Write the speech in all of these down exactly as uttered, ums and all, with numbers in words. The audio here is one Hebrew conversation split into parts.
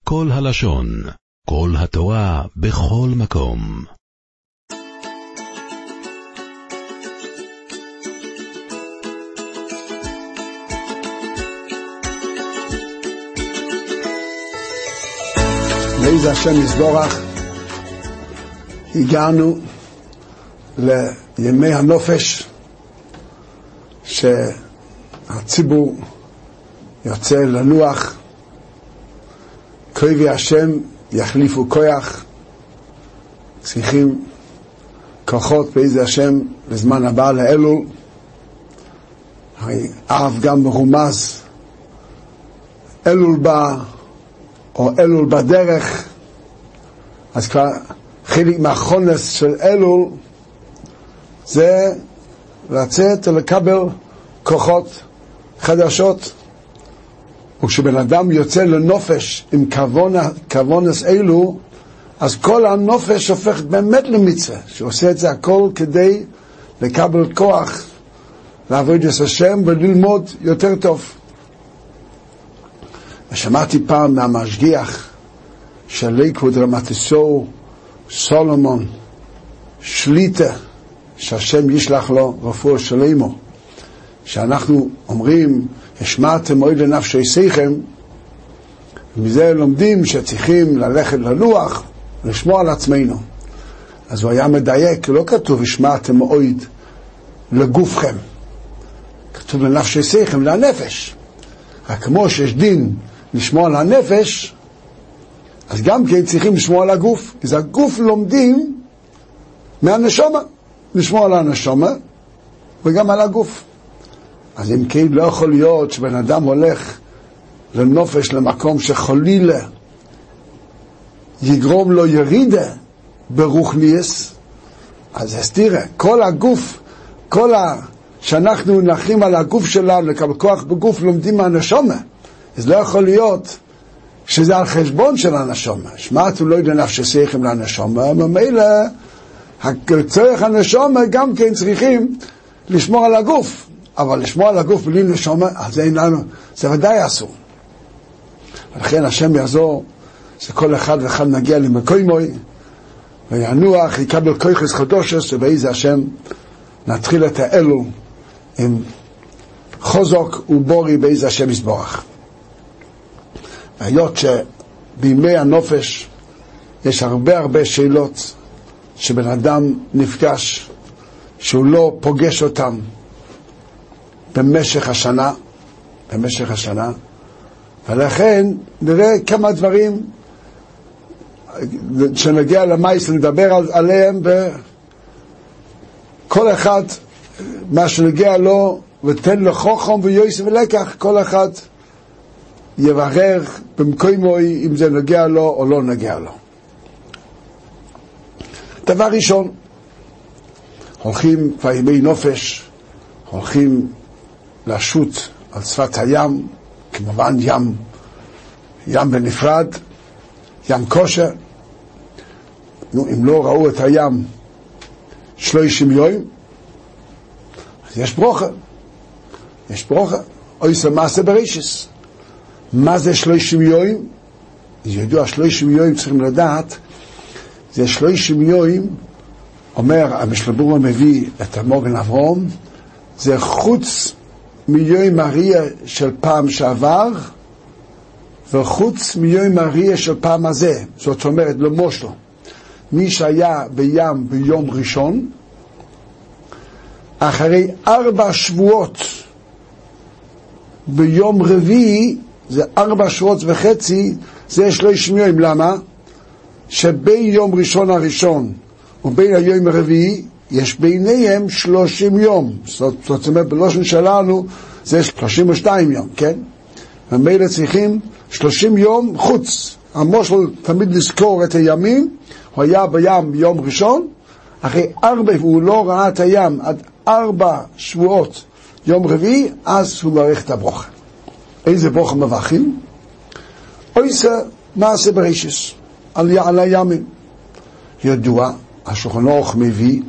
כל הלשון, כל התורה, בכל מקום. באיזה השם יסבורך, הגענו לימי הנופש שהציבור יוצא לנוח. קריבי השם יחליפו כוח, צריכים כוחות באיזה השם לזמן הבא לאלול. האב גם מרומז אלול בא או אלול בדרך, אז כבר חלק מהחונס של אלול זה לצאת ולקבל כוחות חדשות. וכשבן אדם יוצא לנופש עם כוונה, כוונס אלו, אז כל הנופש הופך באמת למצווה, שעושה את זה הכל כדי לקבל כוח לעבוד את השם וללמוד יותר טוב. ושמעתי פעם מהמשגיח של ליכוד רמתיסו סולומון שליטה, שהשם ישלח לו רפואה שלמה, שאנחנו אומרים השמעתם אוי לנפשי שיכם, ומזה לומדים שצריכים ללכת לנוח לשמוע על עצמנו. אז הוא היה מדייק, לא כתוב השמעתם אוי לגופכם, כתוב לנפשי שיכם, לנפש. רק כמו שיש דין לשמוע על הנפש, אז גם כן צריכים לשמוע על הגוף. אז הגוף לומדים מהנשמה, לשמוע על הנשמה וגם על הגוף. אז אם כן לא יכול להיות שבן אדם הולך לנופש למקום שחלילה יגרום לו ירידה ברוחניאס. אז תראה, כל הגוף, כל ה... שאנחנו נחים על הגוף שלנו לקבל כוח בגוף, לומדים מהנשמה. אז לא יכול להיות שזה על חשבון של הנשמה. שמעתם לא יודע נפשי שיכם לנשמה, ממילא הצורך הנשמה גם כן צריכים לשמור על הגוף. אבל לשמור על הגוף בלי נשמה, אז זה אין לנו, זה ודאי אסור. ולכן השם יעזור שכל אחד ואחד נגיע למקוימוי וינוח, יקבל כויחס חדושס, ובאיזה השם נתחיל את האלו עם חוזוק ובורי באיזה השם יסבורך. והיות שבימי הנופש יש הרבה הרבה שאלות שבן אדם נפגש שהוא לא פוגש אותם במשך השנה, במשך השנה, ולכן נראה כמה דברים שנגיע למייס נדבר על, עליהם, וכל אחד מה שנגיע לו ותן לו חוכם ויועץ ולקח, כל אחד יברר במקומוי אם זה נגיע לו או לא נגיע לו. דבר ראשון, הולכים כבר ימי נופש, הולכים לשוט על שפת הים, כמובן ים, ים בנפרד, ים כושר. נו, אם לא ראו את הים שלושים יום, אז יש ברוכה, יש ברוכה, אוי זה מעשה ברישס. מה זה שלושים יום? זה ידוע, שלושים יום צריכים לדעת, זה שלושים יום, אומר המשלבור מביא את המוגן אברום, זה חוץ מיום מריה של פעם שעבר וחוץ מיום מריה של פעם הזה. זאת אומרת, למושלו, מי שהיה בים ביום ראשון, אחרי ארבע שבועות ביום רביעי, זה ארבע שבועות וחצי, זה שלושים יום. למה? שבין יום ראשון הראשון ובין היום הרביעי יש ביניהם שלושים יום. זאת אומרת, בלושן שלנו זה שלושים ושתיים יום, כן? ומילא צריכים שלושים יום חוץ. המושל תמיד לזכור את הימים, הוא היה בים ביום ראשון, אחרי ארבע, והוא לא ראה את הים עד ארבע שבועות יום רביעי, אז הוא מעריך את הברוכה. איזה ברוכה מברכים? עושה מעשה ברישס על, על הימים. ידוע, השולחן ערוך מביא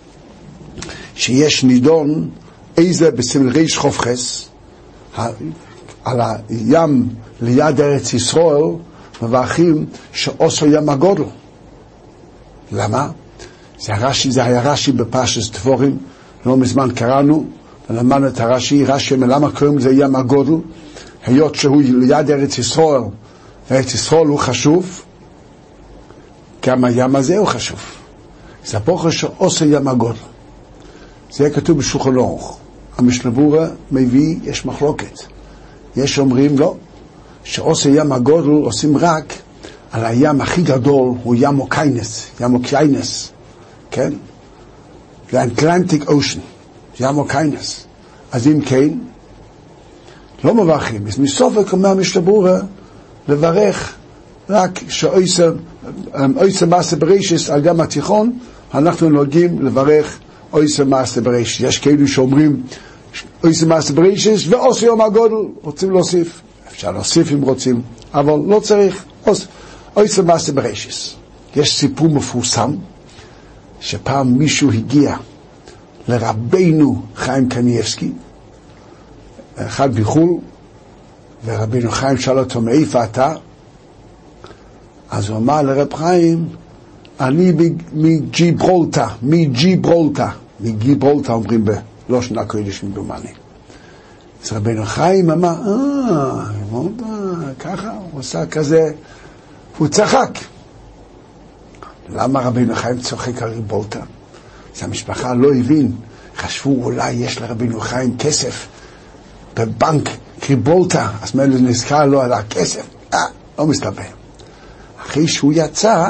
שיש נידון איזה בסימן ריש חופכס על הים ליד ארץ ישראל, מברכים שעושו ים הגודל. למה? זה הרש"י, זה היה רש"י בפרשת דבורים, לא מזמן קראנו, ולמדנו את הרש"י, רש"י, למה קוראים לזה ים הגודל? היות שהוא ליד ארץ ישראל, וארץ ישראל הוא חשוב, גם הים הזה הוא חשוב. זה הברכה שעושו ים הגודל. זה כתוב בשולחן ערוך. המשנה ברורה מביא, יש מחלוקת. יש אומרים לא, שעושו ים הגודל עושים רק על הים הכי גדול, הוא ים אוקיינס, ים אוקיינס, כן? זה האטלנטיק אושן, ים אוקיינס. אז אם כן, לא מברכים. אז מסופק אומר המשנה ברורה לברך רק שעושה מעשה בראשית על ים התיכון, אנחנו נוהגים לברך עושה מעשה בראשית. יש כאלו שאומרים עושה מעשה בראשית ועושה יום הגודל, רוצים להוסיף, אפשר להוסיף אם רוצים, אבל לא צריך. עושה מעשה בראשית. יש סיפור מפורסם שפעם מישהו הגיע לרבינו חיים קניאבסקי, אחד בחול, ורבינו חיים שאל אותו מאיפה אתה? אז הוא אמר לרב חיים, אני מג'יברולטה, מג'יברולטה, מג'יברולטה אומרים בלושן הקודש מדומני. אז רבינו חיים אמר, אה, ככה, הוא עושה כזה, הוא צחק. למה רבינו חיים צוחק על גיברולטה? אז המשפחה לא הבין, חשבו אולי יש לרבינו חיים כסף בבנק גיברולטה, אז מילא נזכר לו על הכסף, אה, לא מסתבר. אחרי שהוא יצא,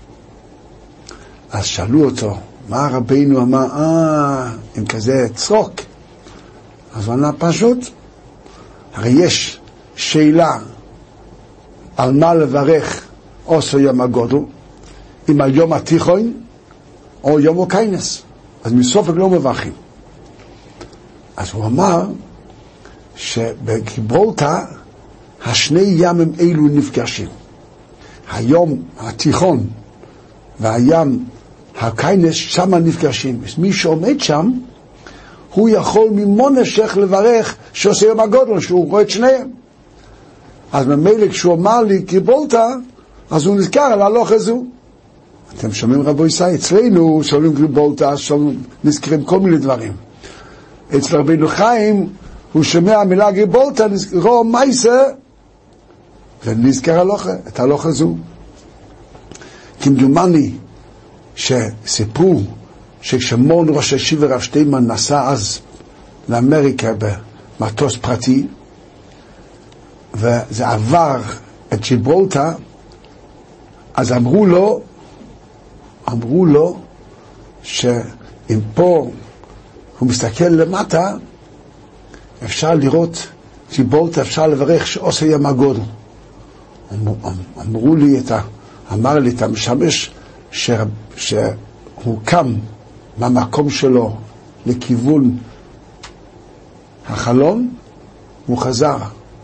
אז שאלו אותו, מה רבינו אמר, אה, עם כזה צחוק. אז הוא ענה פשוט, הרי יש שאלה על מה לברך עושו יום הגודל, אם על יום התיכון או יום אוקיינס. אז מסופק לא מברכים. אז הוא אמר שבגיברולטה השני ימים אלו נפגשים. היום התיכון והים האוקיינס שם נפגשים. מי שעומד שם הוא יכול ממונשך לברך שעושה יום הגודל, שהוא רואה את שניהם. אז ממילא כשהוא אמר לי גיברולטה, אז הוא נזכר על ההלכה הזו. אתם שומעים רבו ישראל, אצלנו שומעים גיברולטה, נזכרים כל מיני דברים. אצל רבינו חיים הוא שומע המילה גיברולטה, נזכרו מייסה, ונזכר הלכה, את ההלכה הזו. כמדומני שסיפרו שכשמורן ראש הישיבה רב שטיינמן נסע אז לאמריקה במטוס פרטי, וזה עבר את גיברולטה, אז אמרו לו, אמרו לו שאם פה הוא מסתכל למטה, אפשר לראות גיברולטה, אפשר לברך שעושה יום הגודל. אמרו לי את ה... אמר לי את המשמש ש... שהוא קם מהמקום שלו לכיוון החלון, הוא חזר.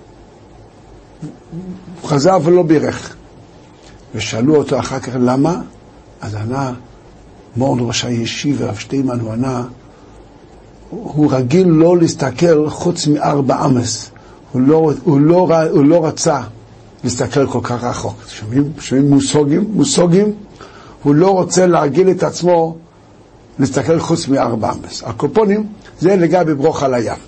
הוא חזר ולא בירך. ושאלו אותו אחר כך למה? אז ענה, מורן ראש הישיבה, רב שטיינמן, הוא ענה, הוא רגיל לא להסתכל חוץ מארבע אמס. הוא לא, הוא לא, הוא לא רצה להסתכל כל כך רחוק. שומעים, שומעים מושגים, מושגים, הוא לא רוצה להרגיל את עצמו להסתכל חוץ מארבע אמס. הקופונים, זה לגבי ברוך על הים.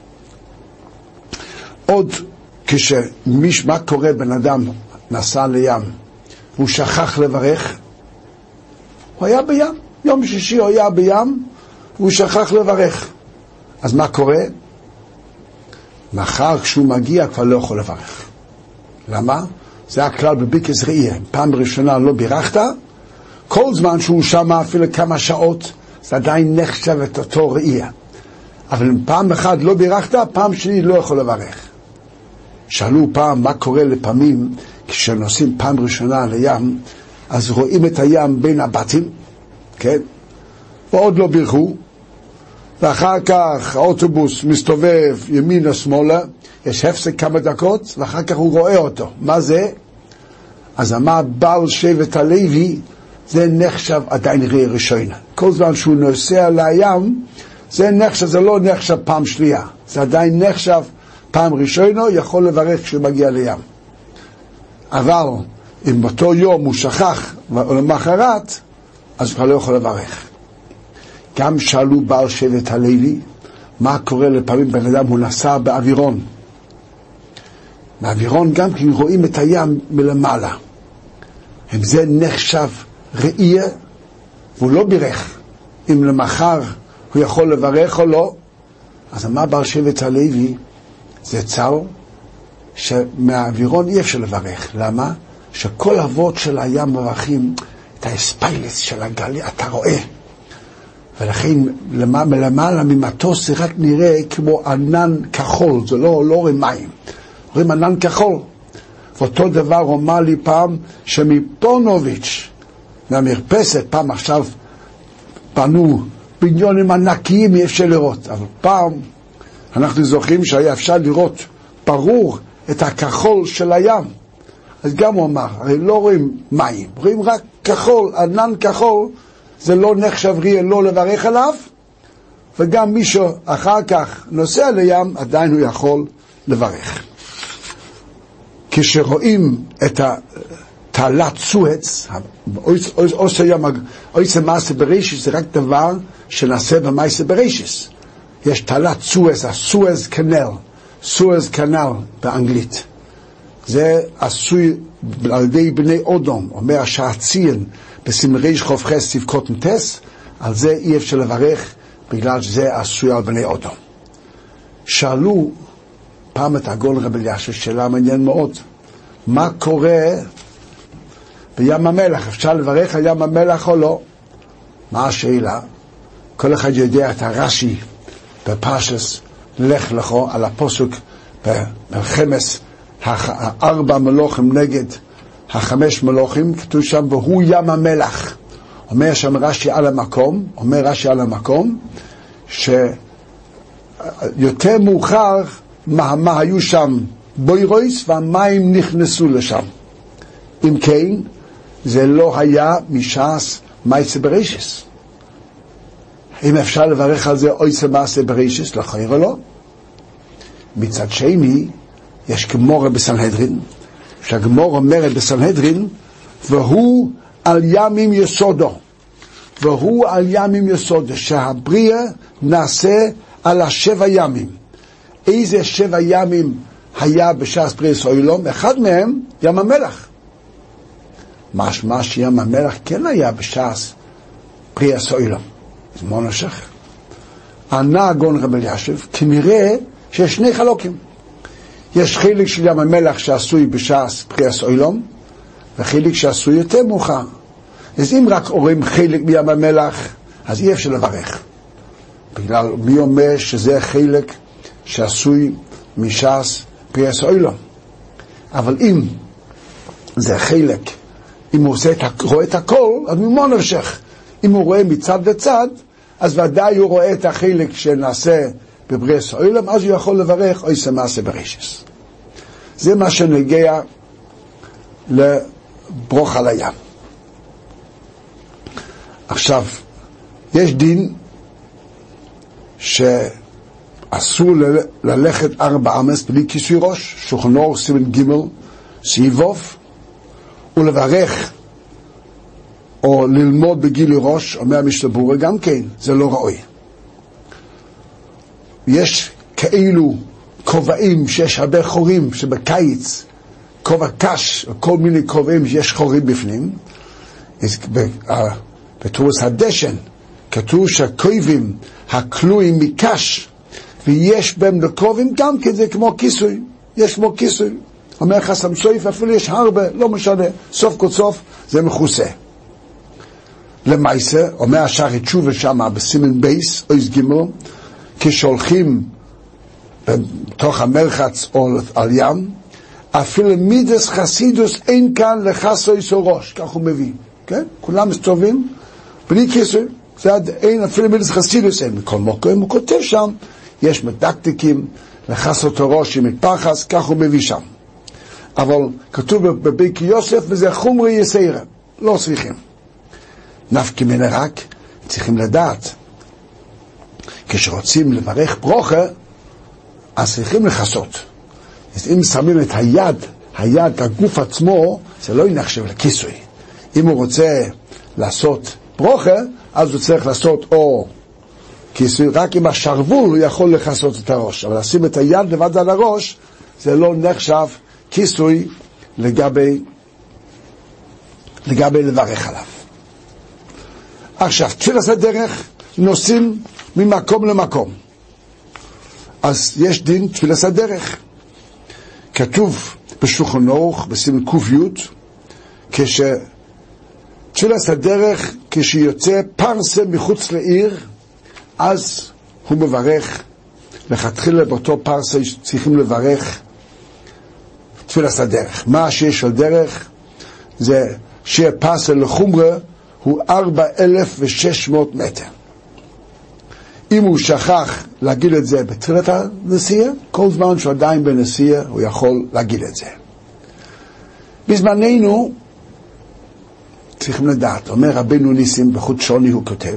עוד כשמיש, מה קורה בן אדם נסע לים, הוא שכח לברך, הוא היה בים, יום שישי הוא היה בים, והוא שכח לברך. אז מה קורה? מחר כשהוא מגיע כבר לא יכול לברך. למה? זה הכלל בביקס ראייה. פעם ראשונה לא בירכת, כל זמן שהוא שם אפילו כמה שעות, זה עדיין נחשב את אותו ראייה. אבל אם פעם אחת לא בירכת, פעם שני לא יכול לברך. שאלו פעם מה קורה לפעמים כשנוסעים פעם ראשונה לים, אז רואים את הים בין הבתים, כן? ועוד לא בירכו, ואחר כך האוטובוס מסתובב ימינה שמאלה, יש הפסק כמה דקות, ואחר כך הוא רואה אותו. מה זה? אז אמר בעל שבט הלוי, זה נחשב עדיין ראייה ראשונה. כל זמן שהוא נוסע לים, זה נחשב, זה לא נחשב פעם שנייה. זה עדיין נחשב פעם ראשונה, יכול לברך כשהוא מגיע לים. אבל אם באותו יום הוא שכח ולמחרת, אז הוא כבר לא יכול לברך. גם שאלו בעל שבט הלוי, מה קורה לפעמים בן אדם הוא נסע באווירון. באווירון גם כי רואים את הים מלמעלה. אם זה נחשב ראייה, והוא לא בירך, אם למחר הוא יכול לברך או לא, אז מה בעל שבט הלוי? זה צר שמהאווירון אי אפשר לברך. למה? שכל אבות של הים מברכים את האספיילס של הגלי, אתה רואה. ולכן מלמעלה ממטוס זה רק נראה כמו ענן כחול, זה לא, לא רואים מים, רואים ענן כחול. ואותו דבר אומר לי פעם שמפונוביץ' מהמרפסת, פעם עכשיו בנו בניונים ענקיים אי אפשר לראות, אבל פעם אנחנו זוכרים שהיה אפשר לראות ברור את הכחול של הים. אז גם הוא אמר, הרי לא רואים מים, רואים רק כחול, ענן כחול, זה לא נחשב ראייה לא לברך עליו, וגם מישהו אחר כך נוסע לים, עדיין הוא יכול לברך. כשרואים את תעלת סואץ, עושה מעשה בראשית, זה רק דבר שנעשה במעשה בראשית. יש תעלת סואץ, הסואץ קנל, סואץ קנל באנגלית. זה עשוי על ידי בני אודום, אומר השעציין, בסמרי חוף חס סבקות נטס, על זה אי אפשר לברך, בגלל שזה עשוי על בני אודום. שאלו פעם את הגאון רבי אלישיב, שאלה מעניין מאוד, מה קורה בים המלח? אפשר לברך על ים המלח או לא? מה השאלה? כל אחד יודע את הרש"י בפרשת לך לך, על הפסוק במלחמת הארבע מלוכים נגד החמש מלוכים, כתוב שם והוא ים המלח. אומר שם רש"י על המקום, אומר רש"י על המקום שיותר מאוחר מה, מה היו שם בוירויס והמים נכנסו לשם. אם כן, זה לא היה משעס מעשה בראשית. אם אפשר לברך על זה עושה מעשה בראשית, לכאורה לא. מצד שני, יש גמורה בסנהדרין, שהגמורה אומרת בסנהדרין, והוא על ימים יסודו, והוא על ימים יסודו, שהבריאה נעשה על השבע ימים. איזה שבע ימים היה בשעס בריאת העולם? אחד מהם ים המלח. משמע שים המלח כן היה בשעס בריאת העולם. זה מאוד נשך. ענה הגאון רבי אלישיב, כנראה שיש שני חלוקים. יש חלק של ים המלח שעשוי בשעס בריאת העולם, וחלק שעשוי יותר מאוחר. אז אם רק אומרים חלק מים המלח, אז אי אפשר לברך. בגלל מי אומר שזה חלק שעשוי משעס בריאת העולם. אבל אם זה חלק, אם הוא עושה את, רואה את הכל, אז ממה נפשך? אם הוא רואה מצד לצד, אז ודאי הוא רואה את החלק שנעשה בבריאת העולם, אז הוא יכול לברך עושה מעשה בראשית. זה מה שנגיע לברוך על הים. עכשיו, יש דין שאסור ללכת ארבע אמס בלי כיסוי ראש, שולחן אורוך סימן ג' סעיף, ולברך או ללמוד בגילוי ראש, אומר המשנה ברורה, גם כן, זה לא ראוי. יש כאלו כובעים שיש הרבה חורים, שבקיץ, כובע קש, כל מיני כובעים שיש חורים בפנים, בתורס הדשן, כתוב שהכובעים הכלואים מקש, ויש בהם לכובעים גם כן, זה כמו כיסוי, יש כמו כיסוי. אומר חסם סויף, אפילו יש הרבה, לא משנה, סוף כל סוף זה מכוסה. למעשה, אומר השחר תשובה שם בסימן בייס, אויס גימל, כשהולכים בתוך המרחץ או על ים, אפילו מידס חסידוס אין כאן לחסוי סורוש, כך הוא מביא, כן? כולם מסתובבים, בלי כיסוי, זה אין, אפילו מידס חסידוס אין, מכל מוקרים, הוא כותב שם, יש מדקדקים, לחסות הראש עם מטפחס, כך הוא מביא שם. אבל כתוב בביקי יוסף, וזה חומרי יסיירה, לא צריכים. נפקי מן רק, צריכים לדעת, כשרוצים לברך ברוכה, אז צריכים לחסות. אז אם שמים את היד היד, הגוף עצמו, זה לא נחשב לכיסוי. אם הוא רוצה לעשות ברוכה, אז הוא צריך לעשות או כיסוי, רק עם השרוול הוא יכול לכסות את הראש. אבל לשים את היד לבד על הראש, זה לא נחשב כיסוי לגבי, לגבי לברך עליו. עכשיו, תפילת הדרך נוסעים ממקום למקום. אז יש דין תפילת הדרך. כתוב בשולחן ערוך, בסימן ק"י, כשתפילת הדרך, כשיוצא פרסה מחוץ לעיר, אז הוא מברך. לכתחילה באותו פרסה צריכים לברך תפילת הדרך. מה שיש על דרך? זה שפרסה לחומרה הוא ארבע אלף ושש מאות מטר. אם הוא שכח להגיד את זה בתחילת הנסיעה, כל זמן שהוא עדיין בנסיעה הוא יכול להגיד את זה. בזמננו צריכים לדעת, אומר רבינו ניסים בחוט שוני, הוא כותב,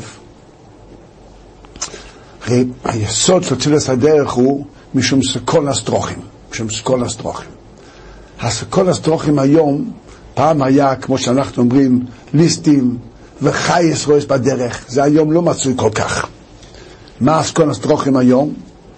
הרי היסוד של תפילת הדרך הוא משום סכונס דרוכים, משום סכונס דרוכים. הסכונס דרוכים היום, פעם היה, כמו שאנחנו אומרים, ליסטים וחייס רויס בדרך. זה היום לא מצוי כל כך. מה הסכונס דרוכים היום?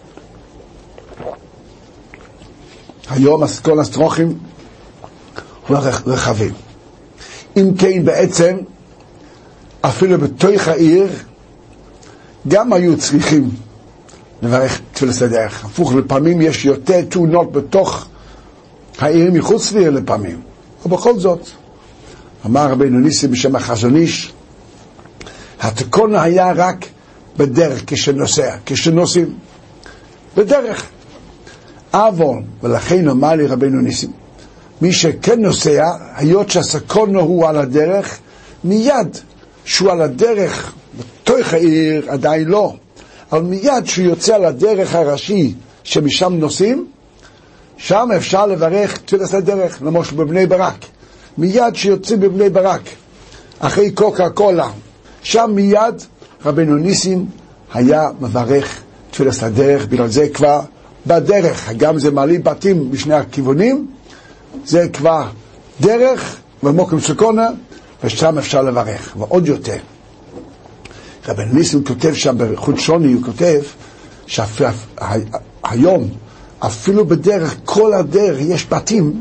היום הסכונס דרוכים הוא רחבים. אם כן, בעצם אפילו בתוך העיר גם היו צריכים לברך תפילת הדרך. הפוך, לפעמים יש יותר תאונות בתוך העיר מחוץ לעיר לפעמים. ובכל זאת, אמר רבינו ניסים בשם החזון איש, התיקון היה רק בדרך, כשנוסע, כשנוסעים בדרך. אבל, ולכן אמר לי רבינו ניסים, מי שכן נוסע, היות שהסכון הוא על הדרך, מיד שהוא על הדרך בתוך העיר עדיין לא, אבל מיד שהוא יוצא על הדרך הראשי שמשם נוסעים, שם אפשר לברך תפילת הדרך. למשל בבני ברק, מיד שיוצאים בבני ברק אחרי קוקה קולה, שם מיד רבינו ניסים היה מברך תפילת הדרך. בגלל זה כבר בדרך, גם זה מעלי בתים בשני הכיוונים, זה כבר דרך ומוקם סכונה, ושם אפשר לברך. ועוד יותר, רבינו ניסים כותב שם בחוט שוני, הוא כותב שהיום אפילו בדרך, כל הדרך יש בתים,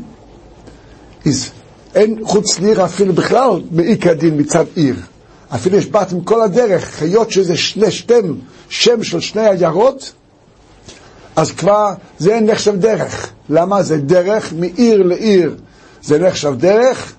אז אין חוץ לעיר אפילו בכלל בעיקר דין מצד עיר. אפילו יש בתים כל הדרך, היות שזה שני שתם שם של שני עיירות, אז כבר זה נחשב דרך. למה? זה דרך מעיר לעיר, זה נחשב דרך,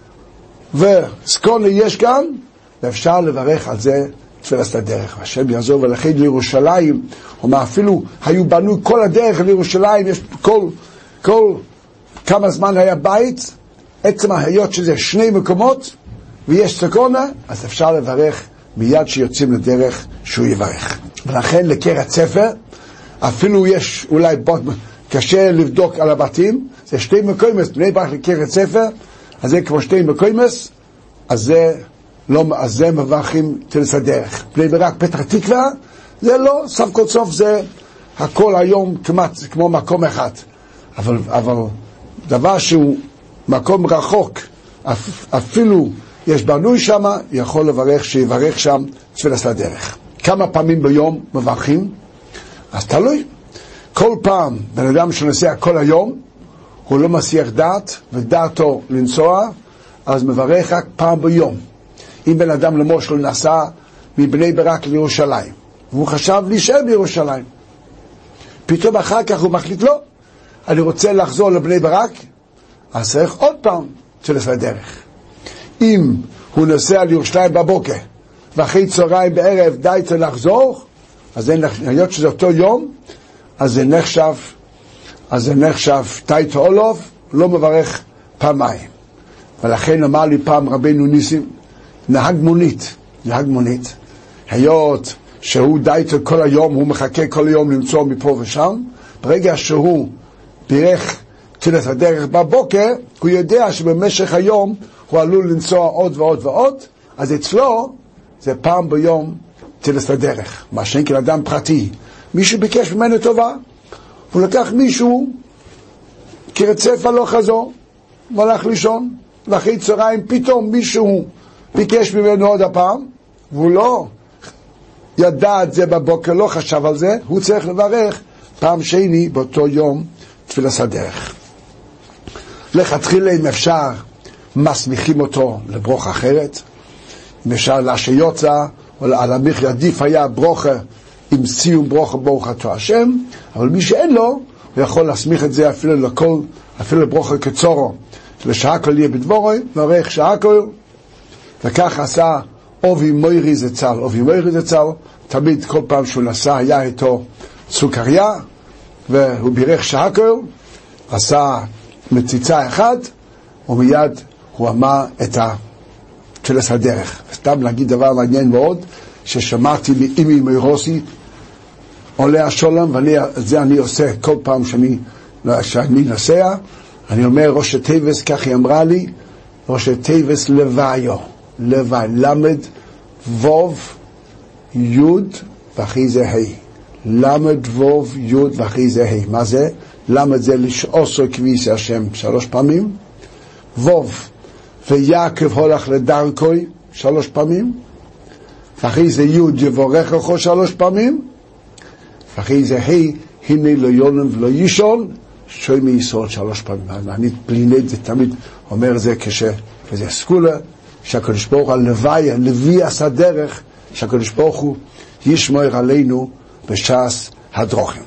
וסכונה יש כאן, ואפשר לברך על זה תפילת הדרך. השם יעזור. ולכן לירושלים, או אפילו היו בנו כל הדרך לירושלים, יש כל, כל כמה זמן היה בית, עצם ההיות שזה שני מקומות, ויש סכונה, אז אפשר לברך מיד שיוצאים לדרך שהוא יברך. ולכן לקראת ספר, אפילו יש אולי קשה לבדוק על הבתים, זה שתי מקומות, בני ברק לקראת ספר, אז זה כמו שתי מקומות, אז זה לא, אז זה מברכים תפילת הדרך. בני ברק פתח תקווה, זה לא, סוף כל סוף זה הכל היום כמעט כמו מקום אחד. אבל, אבל דבר שהוא מקום רחוק, אפילו יש בנוי שם, יכול לברך שיברך שם תפילת הדרך. כמה פעמים ביום מברכים? אז תלוי. כל פעם בן אדם שנוסע כל היום, הוא לא מסיח דעת, ודעתו לנסוע, אז מברך רק פעם ביום. אם בן אדם למשל נסע מבני ברק לירושלים, והוא חשב להישאר בירושלים, פתאום אחר כך הוא מחליט, לא, אני רוצה לחזור לבני ברק, אז צריך עוד פעם תפילת הדרך. אם הוא נוסע לירושלים בבוקר, ואחרי צהריים בערב די צריך לחזור, אז זה היות שזה אותו יום, אז זה נחשב, אז זה נחשב תאית אולוב, לא מברך פעמיים. ולכן אמר לי פעם רבינו ניסים, נהג מונית, נהג מונית, היות שהוא די כל היום, הוא מחכה כל היום למצוא מפה ושם, ברגע שהוא בירך תפילת הדרך בבוקר, הוא יודע שבמשך היום הוא עלול לנסוע עוד ועוד ועוד, אז אצלו זה פעם ביום תפילת הדרך. מה שאין כן אדם פרטי, מישהו ביקש ממנו טובה, הוא לקח מישהו כרצף הלוך חזור, והלך לישון, ואחרי צהריים פתאום מישהו ביקש ממנו עוד הפעם, והוא לא ידע את זה בבוקר, לא חשב על זה, הוא צריך לברך פעם שני באותו יום תפילת הדרך. לכתחילה אם אפשר מסמיכים אותו לברוכה אחרת, אם אפשר להשיוצא או על המחי, עדיף היה ברוכה עם סיום ברוכה ברוך אתה השם, אבל מי שאין לו הוא יכול להסמיך את זה אפילו לכל, אפילו לברוכה קצורו, לשעה כל יהיה בדבורוי, נערך שעה כל, וכך עשה אובי מוירי זצ"ל. אובי מוירי זצ"ל תמיד כל פעם שהוא נסע היה איתו סוכריה, והוא בירך שעה כל, עשה מציצה אחת, ומיד הוא אמר את תפילת הדרך. סתם להגיד דבר מעניין מאוד, ששמעתי מאימי מוירוסי עולה השולם, וזה אני עושה כל פעם שאני, שאני נסע, אני אומר ראש התיבס, כך היא אמרה לי, ראש התיבס לוויו, לווי, למד ווב יוד ואחרי זה ה', למד ווב יוד ואחרי זה ה'. מה זה? למד זה לשעוסו כביס השם שלוש פעמים, ווב ויעקב הולך לדרכוי שלוש פעמים, ואחרי זה יוד יבורך לכו שלוש פעמים, ואחרי זה ה' הנה לא יונם ולא ישון שוי מישראל שלוש פעמים. אני פלינית זה תמיד אומר זה כש וזה סקולה שהקדוש ברוך הלוואי הלוי עשה דרך שהקדוש ברוך הוא ישמור עלינו בשעס הדרוכים.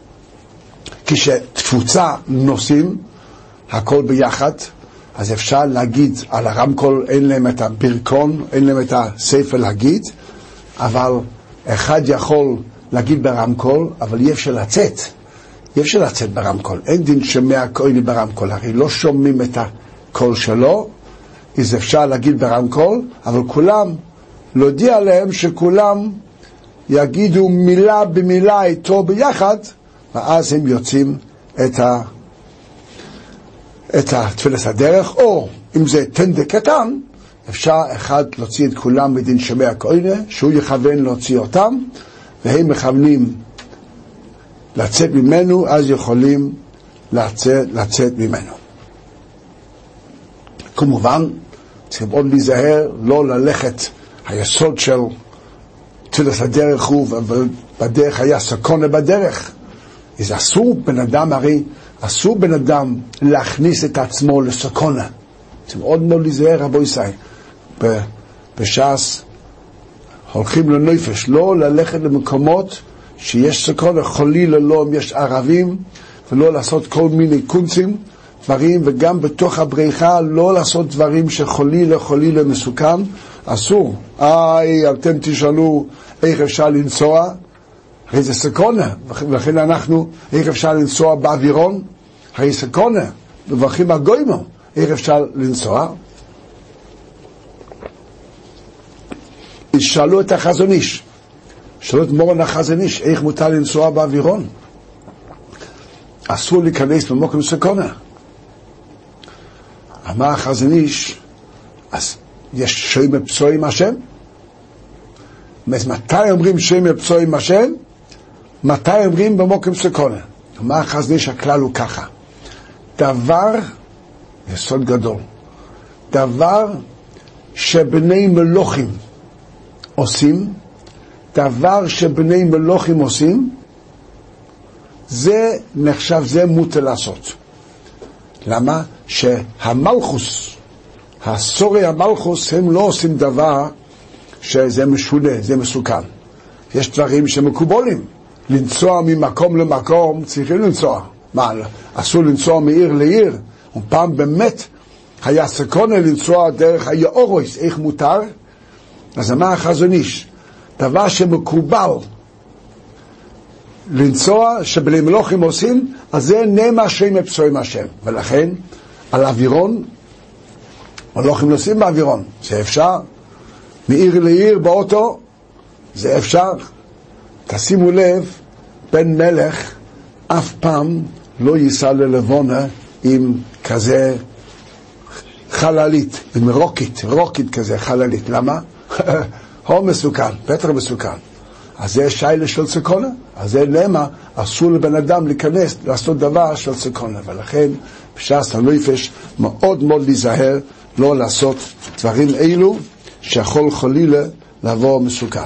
כשתפוצה נושאים הכל ביחד, אז אפשר להגיד על הרמקול, אין להם את הברכון, אין להם את הספר להגיד, אבל אחד יכול להגיד ברמקול, אבל אי אפשר לצאת, אי אפשר לצאת ברמקול. אין דין שמע כהני ברמקול, הרי לא שומעים את הקול שלו, אז אפשר להגיד ברמקול, אבל כולם, להודיע להם שכולם יגידו מילה במילה איתו ביחד, ואז הם יוצאים את ה... את התפילת הדרך, או אם זה טנדה קטן, אפשר אחד להוציא את כולם מדין שמע כהני, שהוא יכוון להוציא אותם, והם מכוונים לצאת ממנו, אז יכולים לצאת, לצאת ממנו. כמובן, צריכים עוד להיזהר, לא ללכת, היסוד של תפילת הדרך הוא, ובדרך היה סכנה בדרך. אז אסור בן אדם, הרי אסור בן אדם להכניס את עצמו לסכנה. צריכים עוד מאוד להיזהר, רבו ישראל. בש"ס הולכים לנפש, לא ללכת למקומות שיש סכנה, חלילה לא אם יש ערבים, ולא לעשות כל מיני קונצים, דברים, וגם בתוך הבריכה לא לעשות דברים שחלילה חלילה מסוכן, אסור. איי, אתם תשאלו איך אפשר לנסוע, הרי זה סכנה, ולכן אנחנו, איך אפשר לנסוע באווירון, הרי סכנה, מברכים הגוימו, איך אפשר לנסוע. שאלו את החזון איש, שאלו את מורן החזון איש, איך מותר לנסוע באווירון? אסור להיכנס במקום סכנה. אמר החזון איש, אז יש שם פצועים השם? מתי אומרים שם פצועים השם? מתי אומרים במקום סכנה? אמר החזון איש, הכלל הוא ככה, דבר, יסוד גדול, דבר שבני מלוכים עושים, דבר שבני מלוכים עושים, זה נחשב, זה מותר לעשות. למה? שהמלכוס, הסורי המלכוס, הם לא עושים דבר שזה משונה, זה מסוכן. יש דברים שמקובולים. לנסוע ממקום למקום, צריכים לנסוע. מה, אסור לנסוע מעיר לעיר? ופעם באמת היה סכנה לנסוע דרך היאורוס, איך מותר? אז אמר החזון איש, דבר שמקובל לנסוע, שבני מלוכים עושים, אז זה נאמר שם פצועים השם. ולכן, על אווירון, מלוכים נוסעים באווירון, זה אפשר. מעיר לעיר באוטו, זה אפשר. תשימו לב, בן מלך אף פעם לא ייסע ללבונה עם כזה חללית, עם רוקית, רוקית כזה חללית. למה? הוא מסוכן, בטח מסוכן. אז זה שיילה של סכונה. אז זה למה אסור לבן אדם להיכנס, לעשות דבר של סכונה. ולכן בשעת הנפש מאוד מאוד להיזהר לא לעשות דברים אלו שיכול חלילה לעבור מסוכן.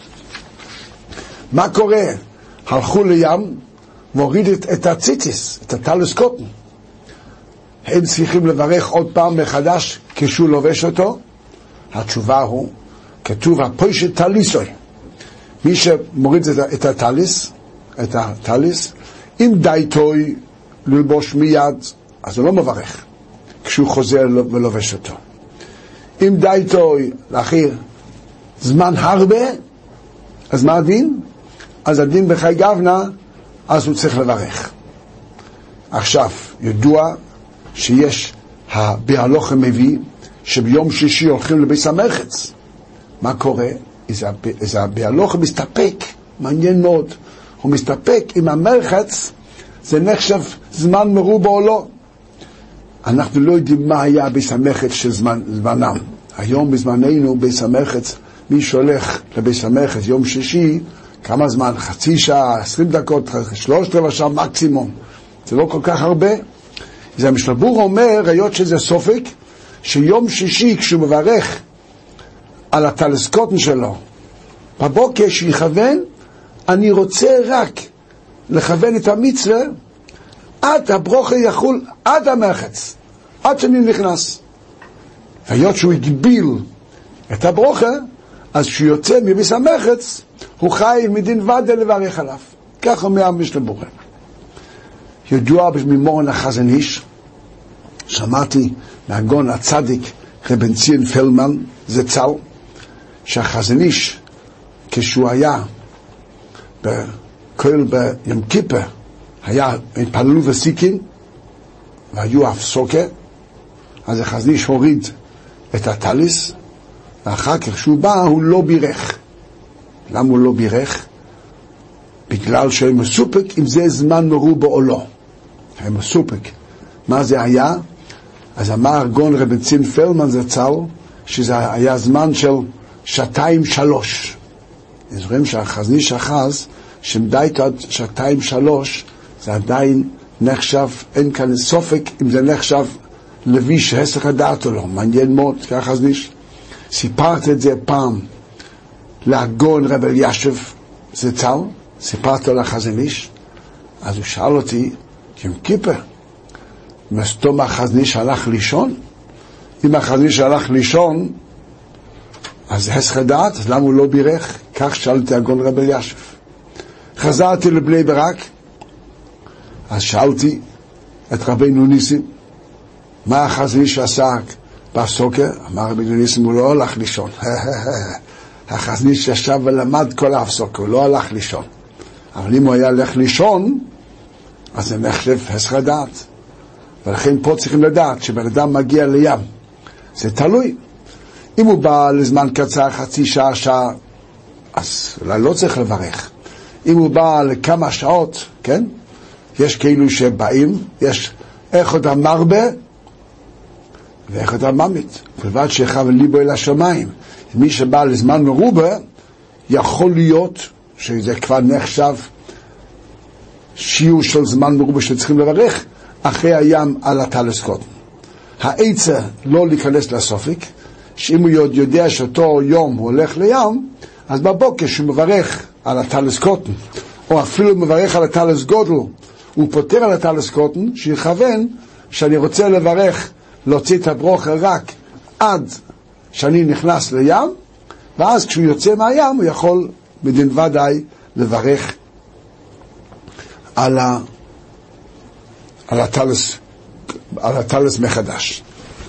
מה קורה? הלכו לים והורידו את הציטיס, את הטלס קוטן. הם צריכים לברך עוד פעם מחדש כשהוא לובש אותו? התשובה הוא, כתוב הפוישת טליסוי. מי שמוריד את הטליס, את הטליס, אם די טוי ללבוש מיד, אז הוא לא מברך כשהוא חוזר ולובש אותו. אם די טוי לאחיר זמן הרבה, אז מה הדין? אז הדין בחי גבנה, אז הוא צריך לברך. עכשיו, ידוע שיש בהלוכה מביא שביום שישי הולכים לבית המרחץ. מה קורה? אז בהלוכה מסתפק, מעניין מאוד, הוא מסתפק עם המרחץ, זה נחשב זמן מרובה או לא. אנחנו לא יודעים מה היה בית המרחץ של זמן, זמנם. היום בזמננו בית המרחץ, מי שהולך לבית המרחץ יום שישי, כמה זמן? חצי שעה, עשרים דקות, שלושת רבע שעה מקסימום. זה לא כל כך הרבה. אז המשלבור אומר, היות שזה סופק, שיום שישי כשהוא מברך על הטלסקוטן שלו, בבוקר שיכוון, אני רוצה רק לכוון את המצווה, עד הברוכה יחול, עד המרחץ, עד שאני נכנס. והיות שהוא הגביל את הברוכה, אז כשהוא יוצא מביס המרחץ, הוא חי מדין ודא לברך עליו. כך אומר המשלבור. ידוע ממורן החזון איש, שמעתי מהגאון הצדיק רבן ציון פלדמן זצ"ל, שהחזון איש כשהוא היה בכל ביום כיפר, היה התפללו וסיכין והיו הפסוקה, אז החזון איש הוריד את הטליס, ואחר כך כשהוא בא הוא לא בירך. למה הוא לא בירך? בגלל שהוא מסופק אם זה זמן מרובה או לא. היה מסופק מה זה היה. אז אמר גאון רבן ציון פלדמן זצ"ל שזה היה זמן של שעתיים שלוש. זוכרים שהחזון איש אחז שמדיית עד שעתיים שלוש, זה עדיין נחשב, אין כאן סופק אם זה נחשב לביש הסך הדעת או לא. מעניין מאוד, ככה חזון איש. סיפרת את זה פעם לגאון רב אלישיב זצ"ל, סיפרת לו לחזון איש, אז הוא שאל אותי, יום כיפר, מסתום החזון איש הלך לישון? אם החזון איש הלך לישון, אז זה הסך הדעת, אז למה הוא לא בירך? כך שאלתי הגאון רב אלישיב. חזרתי לבני ברק, אז שאלתי את רבינו ניסים, מה החזון איש עסק בהפסוקה? אמר רבינו ניסים, הוא לא הלך לישון. החזון איש ישב ולמד כל ההפסוקה, הוא לא הלך לישון. אבל אם הוא היה הלך לישון, אז זה נחשב הסך הדעת. ולכן פה צריכים לדעת שבן אדם מגיע לים, זה תלוי. אם הוא בא לזמן קצר, חצי שעה, שעה, אז אולי לא צריך לברך. אם הוא בא לכמה שעות, כן? יש כאילו שבאים, יש אחד המרבה ואחד הממית. ובלבד שיכוון ליבו אל השמיים. מי שבא לזמן מרובה, יכול להיות שזה כבר נחשב שיעור של זמן מרובה שצריכים לברך אחרי הים על הטלסקוטן. העצה לא להיכנס לסופק, שאם הוא יודע שאותו יום הוא הולך לים, אז בבוקר שהוא מברך על הטלסקוטן, או אפילו מברך על הטלס גודל, הוא פותר על הטלס קוטן, שיכוון שאני רוצה לברך, להוציא את הברוכה רק עד שאני נכנס לים, ואז כשהוא יוצא מהים הוא יכול בדין ודאי לברך על ה על הטלס על הטלס מחדש.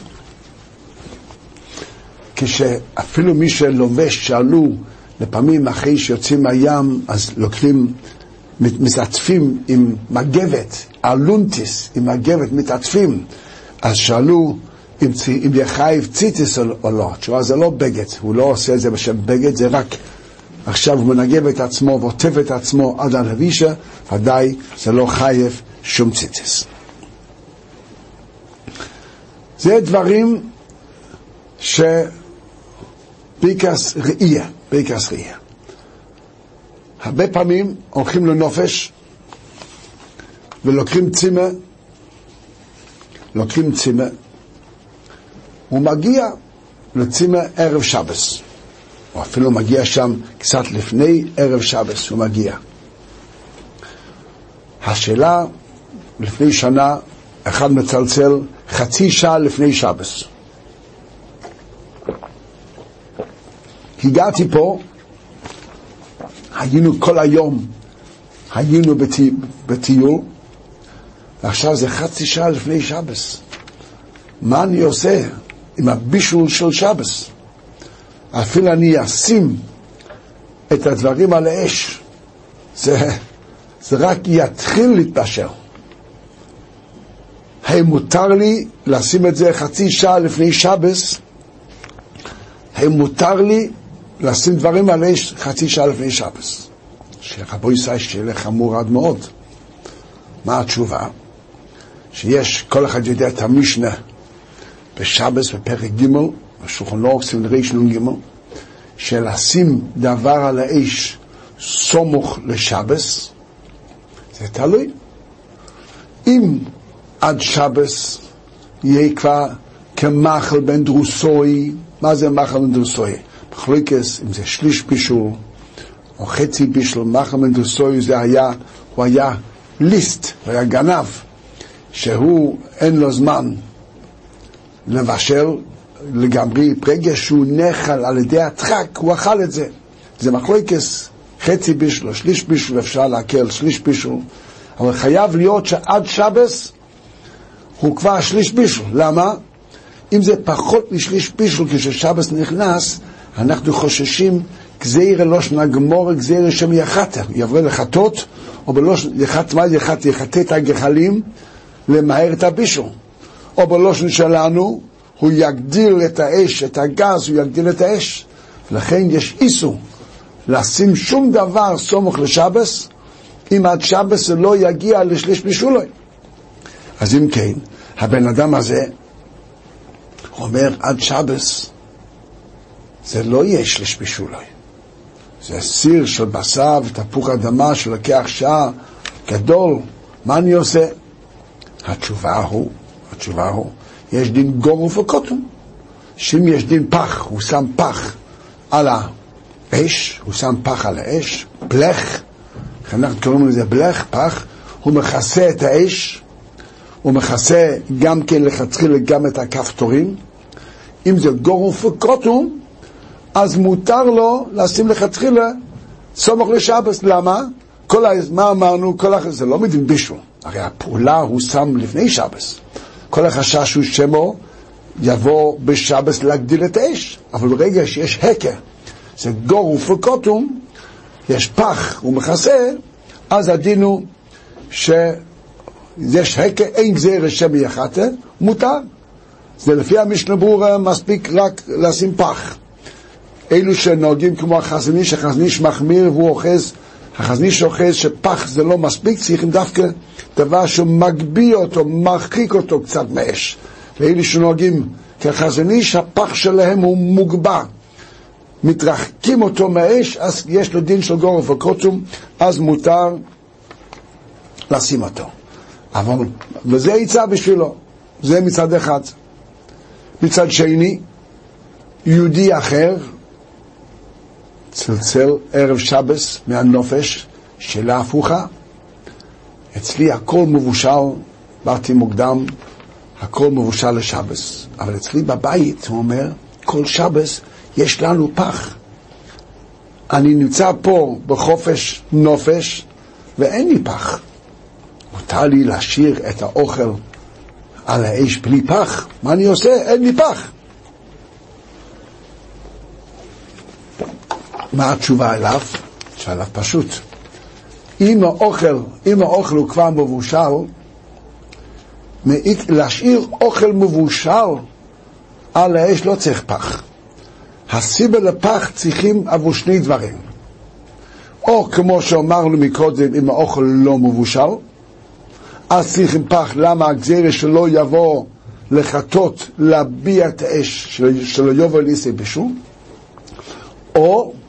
כשאפילו מי שלובש שאלו לפעמים אחרי שיוצאים מהים, אז לוקחים, מתעטפים עם מגבת, אלונטיס, עם מגבת מתעטפים, אז שאלו אם, אם יחייב ציטיס או לא. תשובה, זה לא בגד, הוא לא עושה את זה בשם בגד, זה רק עכשיו הוא מנגב את עצמו ועוטף את עצמו עד הלבישה, ודאי זה לא חייב שום ציטיס. זה דברים שביקס ראייה, ביקס ראייה. הרבה פעמים הולכים לנופש ולוקחים צימה, לוקחים צימה, הוא מגיע לצימה ערב שבס, או אפילו מגיע שם קצת לפני ערב שבס, הוא מגיע. השאלה, לפני שנה, אחד מצלצל חצי שעה לפני שבס. הגעתי פה, היינו כל היום, היינו בטיול, ועכשיו זה חצי שעה לפני שבס. מה אני עושה עם הבישול של שבס? אפילו אני אשים את הדברים על האש, זה, זה רק יתחיל להתבשל. האם מותר לי לשים את זה חצי שעה לפני שבס? האם מותר לי לשים דברים על האש חצי שעה לפני שבס? שרבו ישראל שאלה חמור עד מאוד. מה התשובה? שיש, כל אחד יודע את המשנה בשבס בפרק ג' בשולחן ערוך סימן ריש נון ג', שלשים דבר על האש סמוך לשבס, זה תלוי. אם עד שבס יהיה כבר כמחל בן דרוסוי, מה זה מחל בן דרוסוי? מחלוקס, אם זה שליש בישול או חצי בישול, מחל בן דרוסוי זה היה, הוא היה ליסט, הוא היה גנב, שהוא אין לו זמן לבשל לגמרי, ברגע שהוא נחל על ידי הדחק, הוא אכל את זה. זה מחלוקס, חצי בישול או שליש בישול, אפשר להקל שליש בישול, אבל חייב להיות שעד שבס הוא כבר שליש בישול. למה? אם זה פחות משליש בישול, כששבס נכנס, אנחנו חוששים גזיר אלושן הגמור, גזיר שם יחתה, יעבור לחטות, או בלושן יחת מה יחת, יחתה את הגחלים למהר את הבישול. או בלושן שלנו, הוא יגדיל את האש, את הגז, הוא יגדיל את האש. ולכן יש איסור לשים שום דבר סמוך לשבס, אם עד שבס זה לא יגיע לשליש בישולוי. אז אם כן, הבן אדם הזה אומר עד שבס זה לא יהיה שליש בישולוי, זה סיר של בשר ותפוח אדמה שלוקח שעה גדול. מה אני עושה? התשובה הוא, התשובה הוא יש דין גורף וקוטום, שאם יש דין פח, הוא שם פח על האש, הוא שם פח על האש, בלך, אנחנו קוראים לזה בלך, פח, הוא מכסה את האש, הוא מכסה גם כן לחתחילה גם את הכפתורים. אם זה גורף וקוטום, אז מותר לו לשים לחתחילה סמוך לשבס. למה? כל ה... מה אמרנו? כל ה... זה לא מדין בישול, הרי הפעולה הוא שם לפני שבס. כל החשש הוא שמו יבוא בשבס להגדיל את האש, אבל ברגע שיש הקר, זה גורף וקוטום, יש פח, הוא מכסה, אז הדין הוא שיש הקר, אין גזיר שם יחתה, מותר. זה לפי המשנה ברורה, מספיק רק לשים פח. אלו שנוהגים כמו החזניש, החזניש מחמיר והוא אוחז, החזניש אוחז שפח זה לא מספיק, צריכים דווקא דבר שמגביא אותו, מרחיק אותו קצת מאש. ואלו שנוהגים כחזניש, הפח שלהם הוא מוגבע, מתרחקים אותו מהאש, אז יש לו דין של גורף וקוטום, אז מותר לשים אותו. אבל, וזה יצא בשבילו, זה מצד אחד. מצד שני, יהודי אחר צלצל ערב שבס מהנופש, שאלה הפוכה. אצלי הכל מבושל, באתי מוקדם, הכל מבושל לשבס, אבל אצלי בבית, הוא אומר, כל שבס יש לנו פח. אני נמצא פה בחופש נופש ואין לי פח. מותר לי להשאיר את האוכל על האש בלי פח? מה אני עושה? אין לי פח. מה התשובה אליו? שאלה פשוט. אם האוכל, אם האוכל הוא כבר מבושל, להשאיר אוכל מבושל על האש לא צריך פח. הסיבה לפח צריכים עבור שני דברים. או כמו שאמרנו מקודם, אם האוכל לא מבושל, אז צריכים פח. למה? הגזירה שלא יבוא לחטות, להביע את האש, שלא יבוא ליסי בשום. או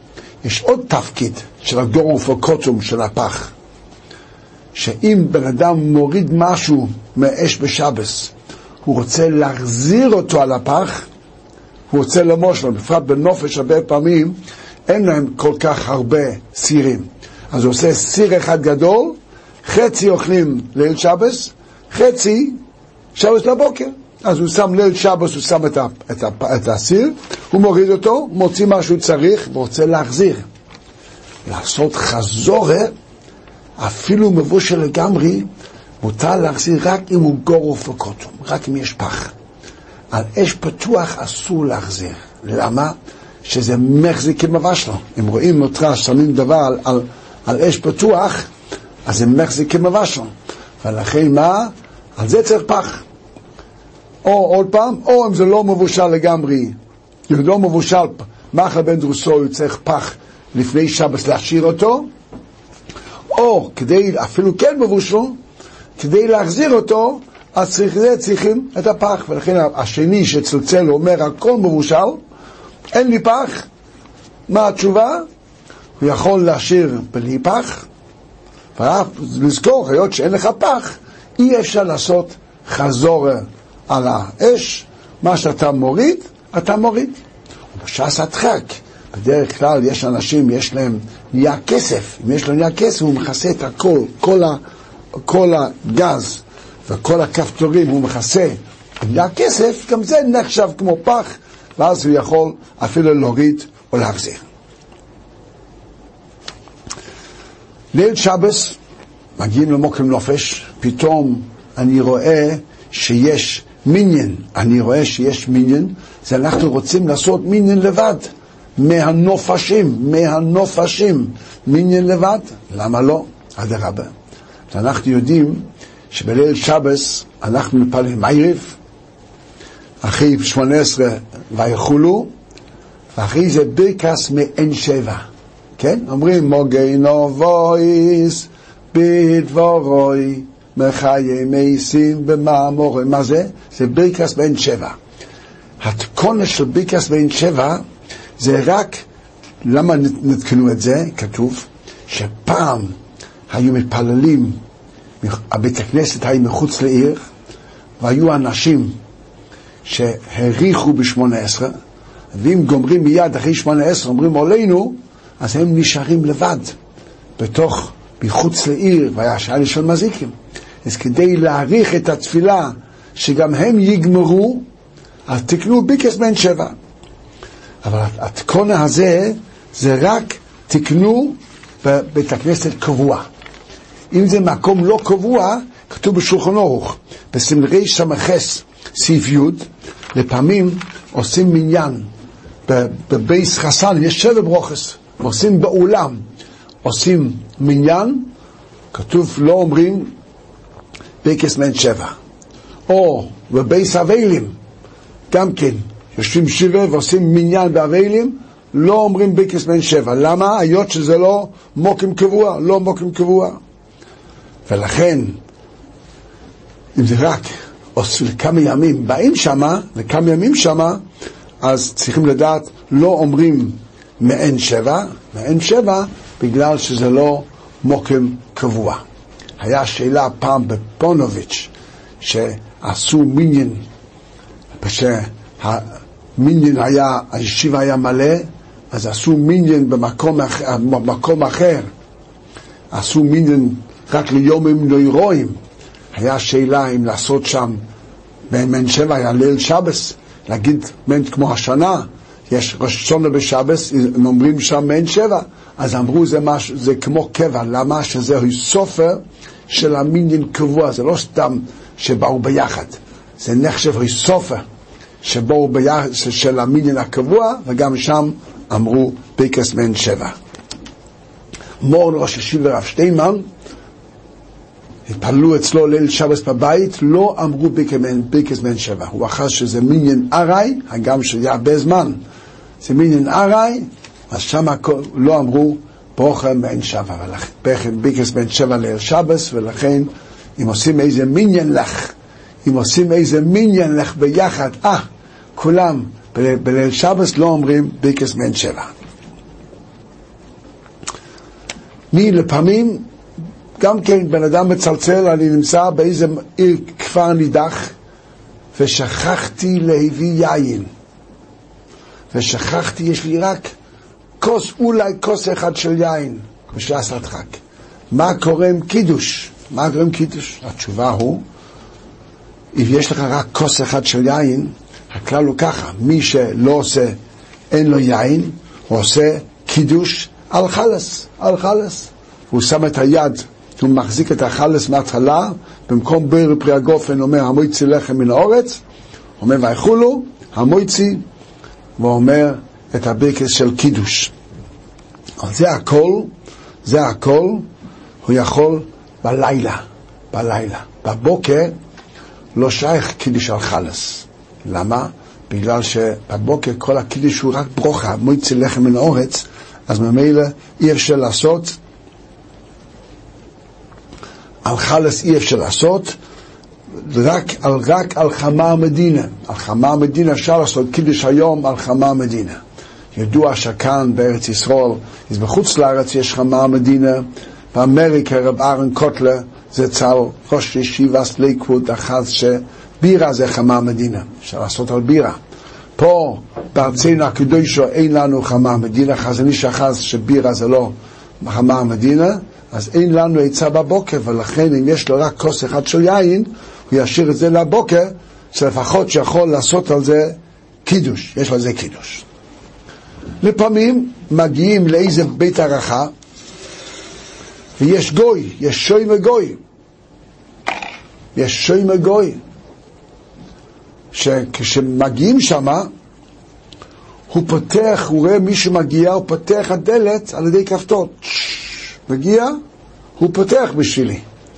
יש עוד תפקיד של הגורף וקוטום של הפח, שאם בן אדם מוריד משהו מאש בשבס, הוא רוצה להחזיר אותו על הפח, הוא רוצה למושל, בפרט בנופש הרבה פעמים אין להם כל כך הרבה סירים, אז הוא עושה סיר אחד גדול, חצי אוכלים ליל שבס, חצי שבס לבוקר. אז הוא שם ליל שבס, הוא שם את, ה, את, ה, את הסיר, הוא מוריד אותו, מוציא מה שהוא צריך ורוצה להחזיר. לעשות חזורה, אפילו מבושל לגמרי, מותר להחזיר רק אם הוא גורף וקוטום, רק אם יש פח. על אש פתוח אסור להחזיר. למה? שזה מחזיק עם מבשלו. אם רואים אותך שמים דבר על, על, על אש פתוח, אז זה מחזיק עם מבשלו. ולכן מה? על זה צריך פח. או עוד פעם, או אם זה לא מבושל לגמרי, אם זה לא מבושל, מאכל בן דרוסו, הוא צריך פח לפני שבס להשאיר אותו, או כדי, אפילו כן מבושלו, כדי להחזיר אותו, אז צריך, זה צריכים את הפח. ולכן השני שצלצל אומר, הכל מבושל, אין לי פח. מה התשובה? הוא יכול להשאיר בלי פח, ולזכור, היות שאין לך פח, אי אפשר לעשות חזור על האש. מה שאתה מוריד, אתה מוריד. ובשעס הדחק, בדרך כלל יש אנשים, יש להם נהיה כסף. אם יש לו נהיה כסף, הוא מכסה את הכל, כל, ה, כל הגז וכל הכפתורים, הוא מכסה. אם נהיה כסף, גם זה נחשב כמו פח, ואז הוא יכול אפילו להוריד או להחזיר. ליל שבס, מגיעים למוקם נופש, פתאום אני רואה שיש מיניון, אני רואה שיש מיניון, זה אנחנו רוצים לעשות מיניון לבד, מהנופשים, מהנופשים, מיניון לבד, למה לא? אדרבה. אנחנו יודעים שבליל שבס אנחנו מפעלים מערב, אחרי שמונה עשרה ויחולו, ואחרי זה ברכס מעין שבע, כן? אומרים מוגנו וויס בדבורוי מחיי מייסים במאמורי. מה זה? זה ברכס מעין שבע. התקונה של ברכס מעין שבע זה רק, למה נתקנו את זה? כתוב שפעם היו מתפללים, הבית הכנסת היה מחוץ לעיר, והיו אנשים שהריחו בשמונה עשרה, ואם גומרים מיד אחרי שמונה עשרה אומרים עלינו, אז הם נשארים לבד בתוך, מחוץ לעיר, והיה שעה של מזיקים. אז כדי להעריך את התפילה שגם הם יגמרו, אז תקנו ברכס מעין שבע. אבל התקונה הזה זה רק תקנו בבית הכנסת קבוע. אם זה מקום לא קבוע, כתוב בשולחן ערוך בסמלי סמכס סעיף י', לפעמים עושים מניין בבייס חסן, יש שבע ברוכס, עושים באולם, עושים מניין, כתוב לא אומרים ברכס מעין שבע. או בבייס אבלים גם כן יושבים שבע ועושים מניין באבלים, לא אומרים ברכס מעין שבע. למה? היות שזה לא מוקם קבוע, לא מוקם קבוע. ולכן אם זה רק עושים כמה ימים באים שמה וכמה ימים שמה, אז צריכים לדעת לא אומרים מעין שבע, מעין שבע בגלל שזה לא מוקם קבוע. היה שאלה פעם בפונוביץ' שעשו מיניון, כשהמיניון היה, הישיבה היה מלא, אז עשו מיניון במקום אחר, במקום אחר. עשו מיניון רק ליומים נוירואים. היה שאלה אם לעשות שם מעין שבע, היה ליל שבס, להגיד מעין כמו השנה, יש ראש שונה בשבס, הם אומרים שם מעין שבע, אז אמרו זה, משהו, זה כמו קבע. למה? שזה סופר של המיניון קבוע, זה לא סתם שבאו ביחד, זה נחשב סופר שבאו ביחד של המיניון הקבוע, וגם שם אמרו ברכס מעין שבע. מורן ראש ישיבה רב שטיימן, התפללו אצלו ליל שבס בבית, לא אמרו ברכס מעין שבע. הוא אחז שזה מיניון ארעי, גם שהיה הרבה זמן, זה מיניון ארעי, אז שם לא אמרו ברוכה מעין שבע, ברכס מעין שבע ליל שבס. ולכן אם עושים איזה מיניון לך, אם עושים איזה מיניון לך ביחד, אה, כולם בליל שבס לא אומרים ברכס מעין שבע. מי לפעמים, גם כן בן אדם מצלצל, אני נמצא באיזה כפר נידח, ושכחתי להביא יין. ושכחתי, יש לי רק כוס, אולי כוס אחד של יין, בשעה סדחק. מה קורה עם קידוש? מה קורה עם קידוש? התשובה הוא, אם יש לך רק כוס אחד של יין, הכלל הוא ככה, מי שלא עושה, אין לו יין, הוא עושה קידוש על חלס, על חלס. הוא שם את היד, הוא מחזיק את החלס מההתחלה, במקום בר פרי הגופן, אומר, המויצי לחם מן האורץ, אומר, ויכולו, המויצי, והוא אומר את הברכס של קידוש. אבל זה הכל, זה הכל, הוא יכול בלילה, בלילה. בבוקר לא שייך קידוש על חלס. למה? בגלל שבבוקר כל הקידוש הוא רק ברוכה, מויצי לחם מן האורץ, אז ממילא אי אפשר לעשות, על חלס אי אפשר לעשות, רק על, רק על חמה מדינה. על חמה מדינה אפשר לעשות קידוש היום על חמה מדינה. ידוע שכאן בארץ ישראל, אז בחוץ לארץ יש חמה מדינה, באמריקה רב אהרן קוטלר, זה צל ראש ישיבת ליכוד, אחז שבירה זה חמה מדינה, אפשר לעשות על בירה. פה בארצנו הקדושה אין לנו חמה מדינה, חזני שחז שבירה זה לא חמה מדינה, אז אין לנו עצה בבוקר, ולכן אם יש לו רק כוס אחד של יין, הוא ישאיר את זה לבוקר, שלפחות שיכול לעשות על זה קידוש, יש על זה קידוש. לפעמים מגיעים לאיזה בית ערכה, ויש גוי, יש שוי מגוי. יש שוי מגוי. שכשמגיעים שמה, הוא פותח, הוא רואה מי שמגיע, הוא פותח הדלת על ידי כפתור. מגיע, הוא פותח בשבילי.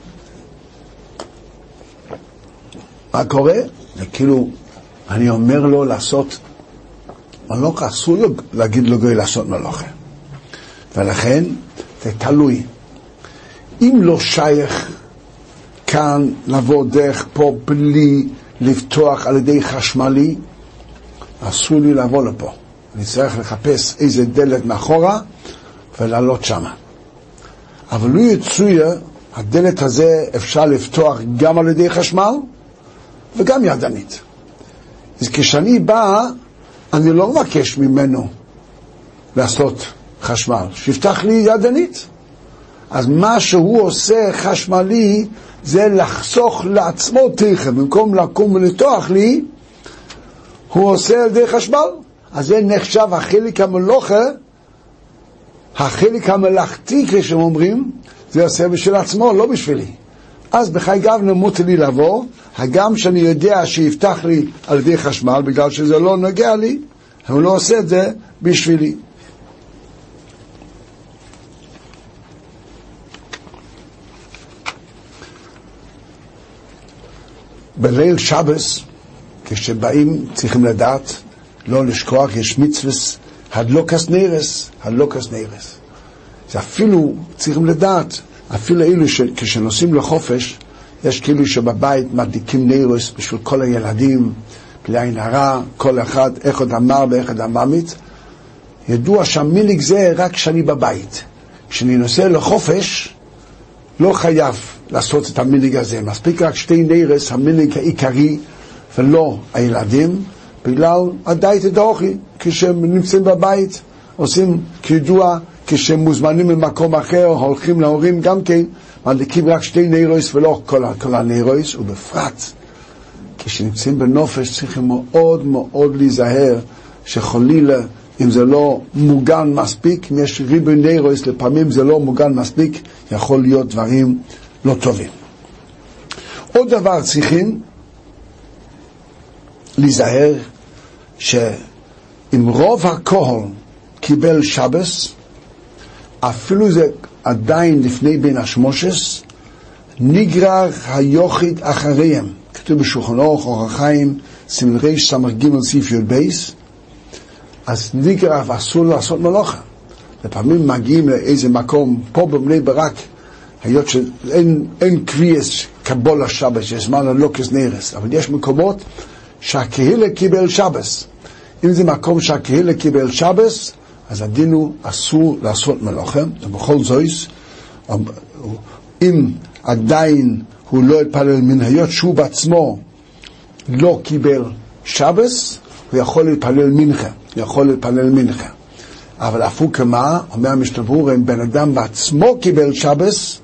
מה קורה? זה כאילו, אני אומר לו לעשות מלוכה, אסור לו להגיד לו גוי לעשות מלוכה. ולכן, זה תלוי. אם לא שייך כאן לבוא דרך פה בלי לפתוח על ידי חשמלי, אסור לי לבוא לפה. אני צריך לחפש איזה דלת מאחורה ולעלות שמה. אבל לא יצויה, הדלת הזה אפשר לפתוח גם על ידי חשמל וגם ידנית. אז כשאני בא, אני לא מבקש ממנו לעשות חשמל, שיפתח לי ידנית. אז מה שהוא עושה חשמלי זה לחסוך לעצמו טרחה, במקום לקום ולתוח לי, הוא עושה על ידי חשמל. אז זה נחשב החלק המלוכה, החלק המלאכתי כשהם אומרים, זה עושה בשביל עצמו, לא בשבילי. אז בחי גבנה מותר לי לבוא, הגם שאני יודע שיפתח לי על ידי חשמל, בגלל שזה לא נוגע לי, הוא לא עושה את זה בשבילי. בליל שבס, כשבאים צריכים לדעת, לא לשכוח, יש מצווס, הדלוקס נרס, הדלוקס נרס. זה אפילו צריכים לדעת, אפילו אילו כשנוסעים לחופש, יש כאילו שבבית מדליקים נרס בשביל כל הילדים, בלי עין הרע, כל אחד, איך עוד אמר ואיך עוד אממית. ידוע שהמיניג זה רק כשאני בבית. כשאני נוסע לחופש, לא חייב לעשות את המיניג הזה. מספיק רק שתי נרס, המיניג העיקרי, ולא הילדים, בגלל הדייט הדוחי, כשהם נמצאים בבית, עושים כידוע, כשהם מוזמנים ממקום אחר, הולכים להורים גם כן, מדליקים רק שתי נרס ולא כל, כל הנרס, ובפרט, כשנמצאים בנופש צריכים מאוד מאוד להיזהר, שחלילה, אם זה לא מוגן מספיק, אם יש ריבוי נרס, לפעמים זה לא מוגן מספיק, יכול להיות דברים לא טובים. עוד דבר צריכים להיזהר, שאם רוב הקהל קיבל שבס, אפילו זה עדיין לפני בין השמושס, נגרר היוחיד אחריהם. כתוב בשולחן אורך אור החיים, סימן ריש סמך ג' סעיף י' בייס, אז נגרר ואסור לעשות מלוכה. לפעמים מגיעים לאיזה מקום, פה בבני ברק, היות שאין אין קביעס קבול השבס, יש זמן ללוקס נרס, אבל יש מקומות שהקהילה קיבל שבס. אם זה מקום שהקהילה קיבל שבס, אז הדין הוא אסור לעשות מלוכה. ובכל זאת, אם עדיין הוא לא התפלל מנהיות, שהוא בעצמו לא קיבל שבס, הוא יכול להתפלל מנחה, הוא יכול להתפלל מנחה. אבל הפוך מה, אומר המשנה ברורה, אם בן אדם בעצמו קיבל שבס,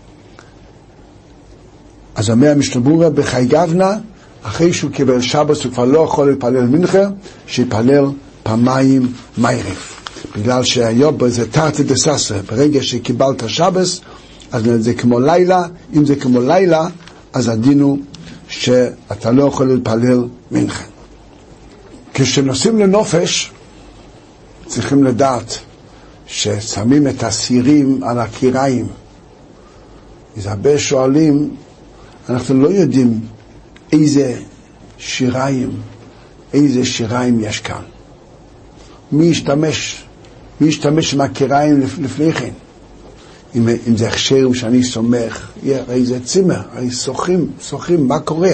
אז אומר המשנה ברורה, בחי גבנה, אחרי שהוא קיבל שבס, הוא כבר לא יכול להתפלל מנחה, שיתפלל פעמיים מייריב. בגלל שהיום זה תרתי דססה, ברגע שקיבלת שבס, אז זה כמו לילה, אם זה כמו לילה, אז הדין הוא שאתה לא יכול להתפלל מנחה. כשנוסעים לנופש, צריכים לדעת ששמים את הסירים על הקיריים. אז הרבה שואלים, אנחנו לא יודעים איזה שיריים, איזה שיריים יש כאן. מי ישתמש, מי ישתמש עם הקיריים לפני כן? אם, אם זה הכשר שאני סומך, הרי זה צימר, הרי שוחים, שוחים, מה קורה?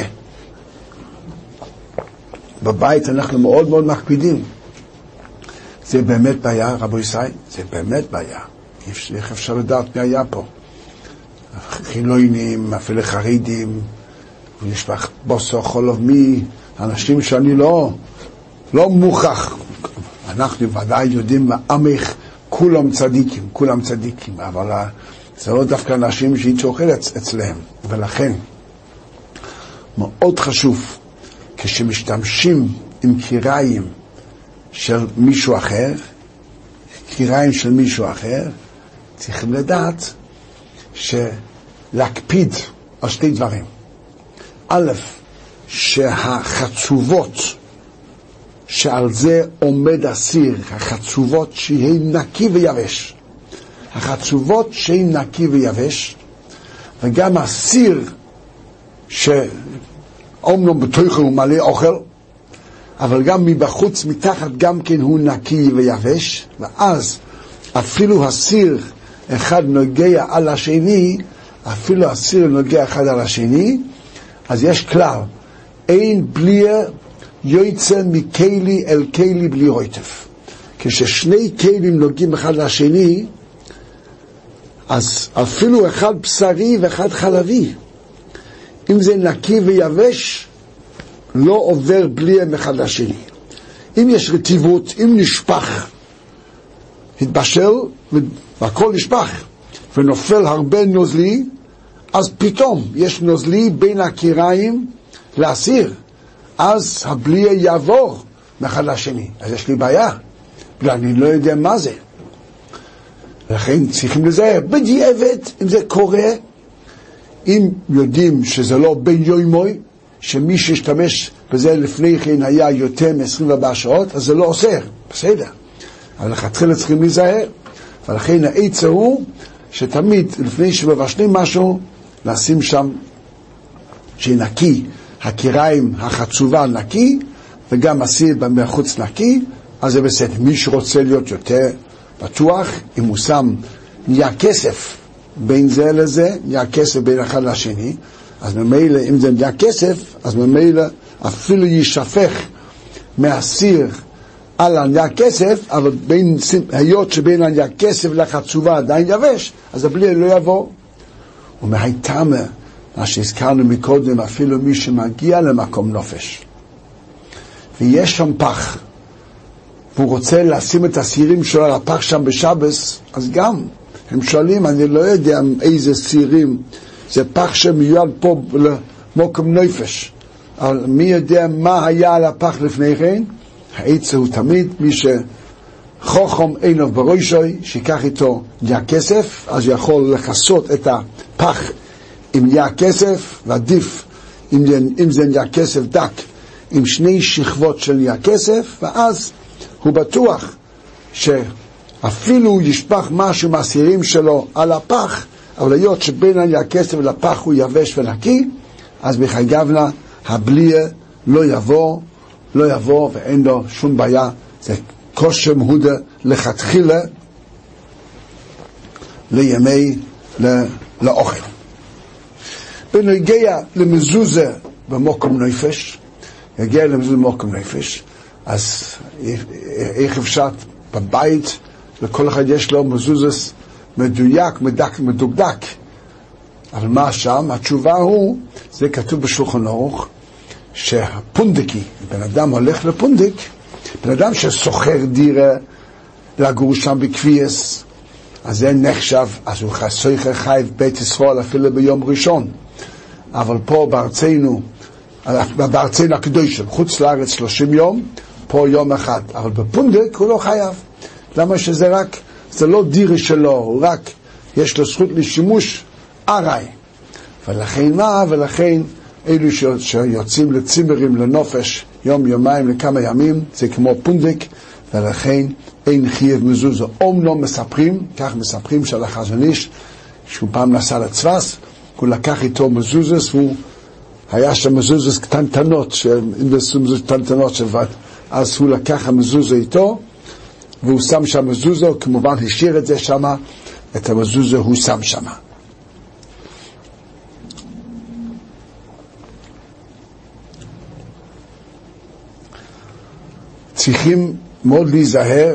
בבית אנחנו מאוד מאוד מקפידים. זה באמת בעיה, רבו ישראל? זה באמת בעיה. איך אפשר לדעת מי היה פה? חילונים, אפילו חרדים, ונשפח בוסו, חולוב, מי, אנשים שאני לא, לא מוכח. אנחנו ודאי יודעים, עמך, כולם צדיקים, כולם צדיקים, אבל זה לא דווקא אנשים שהיא צוחלת אצלהם. ולכן, מאוד חשוב, כשמשתמשים עם קיריים של מישהו אחר, קיריים של מישהו אחר, צריכים לדעת שלהקפיד על שתי דברים. א', שהחצובות שעל זה עומד הסיר, החצובות שהן נקי ויבש. החצובות שהן נקי ויבש, וגם הסיר שאומנם בתוכו הוא מלא אוכל, אבל גם מבחוץ, מתחת גם כן הוא נקי ויבש, ואז אפילו הסיר אחד נוגע על השני, אפילו הסיר נוגע אחד על השני, אז יש כלל, אין בליה יוצא מקלי אל קלי בלי רויטף. כששני קלים נוגעים אחד לשני, אז אפילו אחד בשרי ואחד חלבי, אם זה נקי ויבש, לא עובר בלי אחד לשני. אם יש רטיבות, אם נשפח, התבשל והכל נשפח, ונופל הרבה נוזלי, אז פתאום יש נוזלי בין הקיריים להסיר, אז הבליה יעבור מאחד לשני. אז יש לי בעיה, בגלל אני לא יודע מה זה. לכן צריכים לזהר. בדיעבד, אם זה קורה, אם יודעים שזה לא בין יומוי, שמי שישתמש בזה לפני כן היה יותר מ-עשרים וארבע שעות, אז זה לא עושה, בסדר. אבל לכתחילה צריכים להיזהר. ולכן העץ הוא שתמיד לפני שמבשלים משהו, נשים שם שנקי, הקיריים החצובה נקי, וגם הסיר בחוץ נקי, אז זה בסדר. מי שרוצה להיות יותר בטוח, אם הוא שם נהיה כסף בין זה לזה, נהיה כסף בין אחד לשני, אז ממילא, אם זה נהיה כסף, אז ממילא אפילו ישפך מהסיר על הנהיה כסף, אבל בין, היות שבין הנהיה כסף לחצובה עדיין יבש, אז הבלי לא יבוא. ומהייתמה, מה שהזכרנו מקודם, אפילו מי שמגיע למקום נופש, ויש שם פח, והוא רוצה לשים את הסירים שלו על הפח שם בשבס, אז גם, הם שואלים, אני לא יודע איזה סירים, זה פח שמיועד פה למקום נופש, אבל מי יודע מה היה על הפח לפני כן? העץ הוא תמיד מי שחוכם עיניו בראשוי, שיקח איתו יה כסף, אז יכול לחסות את הפח עם יה כסף, ועדיף אם זה, אם זה יה כסף דק, עם שני שכבות של יה כסף, ואז הוא בטוח שאפילו הוא ישפך משהו מהסירים שלו על הפח, אבל היות שבין יה כסף לפח הוא יבש ונקי, אז בחי גבנה הבליה לא יבוא, לא יבוא ואין לו שום בעיה. זה כושר מהודה לכתחילה לימי לאוכל. בנגיע למזוזה במוקם נפש, יגיע למזוזה במוקם נפש, אז איך אפשר בבית, לכל אחד יש לו מזוזס מדויק, מדק, מדוקדק. אבל מה שם? התשובה הוא, זה כתוב בשולחן ערוך, שהפונדקי, בן אדם הולך לפונדק, בן אדם שסוחר דירה לגור שם בכפייס, אז זה נחשב, אז הוא סוחר חייב בית ישראל אפילו ביום ראשון. אבל פה בארצנו, בארצנו הקדוש, חוץ לארץ שלושים יום, פה יום אחד. אבל בפונדק הוא לא חייב. למה שזה רק, זה לא דירה שלו, הוא רק, יש לו זכות לשימוש ארעי. ולכן מה? ולכן אלו שיוצאים לצימרים, לנופש, יום, יומיים, לכמה ימים, זה כמו פונדק, ולכן אין חייב מזוזה. אומנם מספרים, כך מספרים של החזון איש, שהוא פעם נסע לצבס, הוא לקח איתו מזוזס, והוא היה שם מזוזס קטנטנות, מזוזס קטנטנות שבד, אז הוא לקח המזוזה איתו, והוא שם שם מזוזה, כמובן השאיר את זה שם, את המזוזה הוא שם שם. צריכים מאוד להיזהר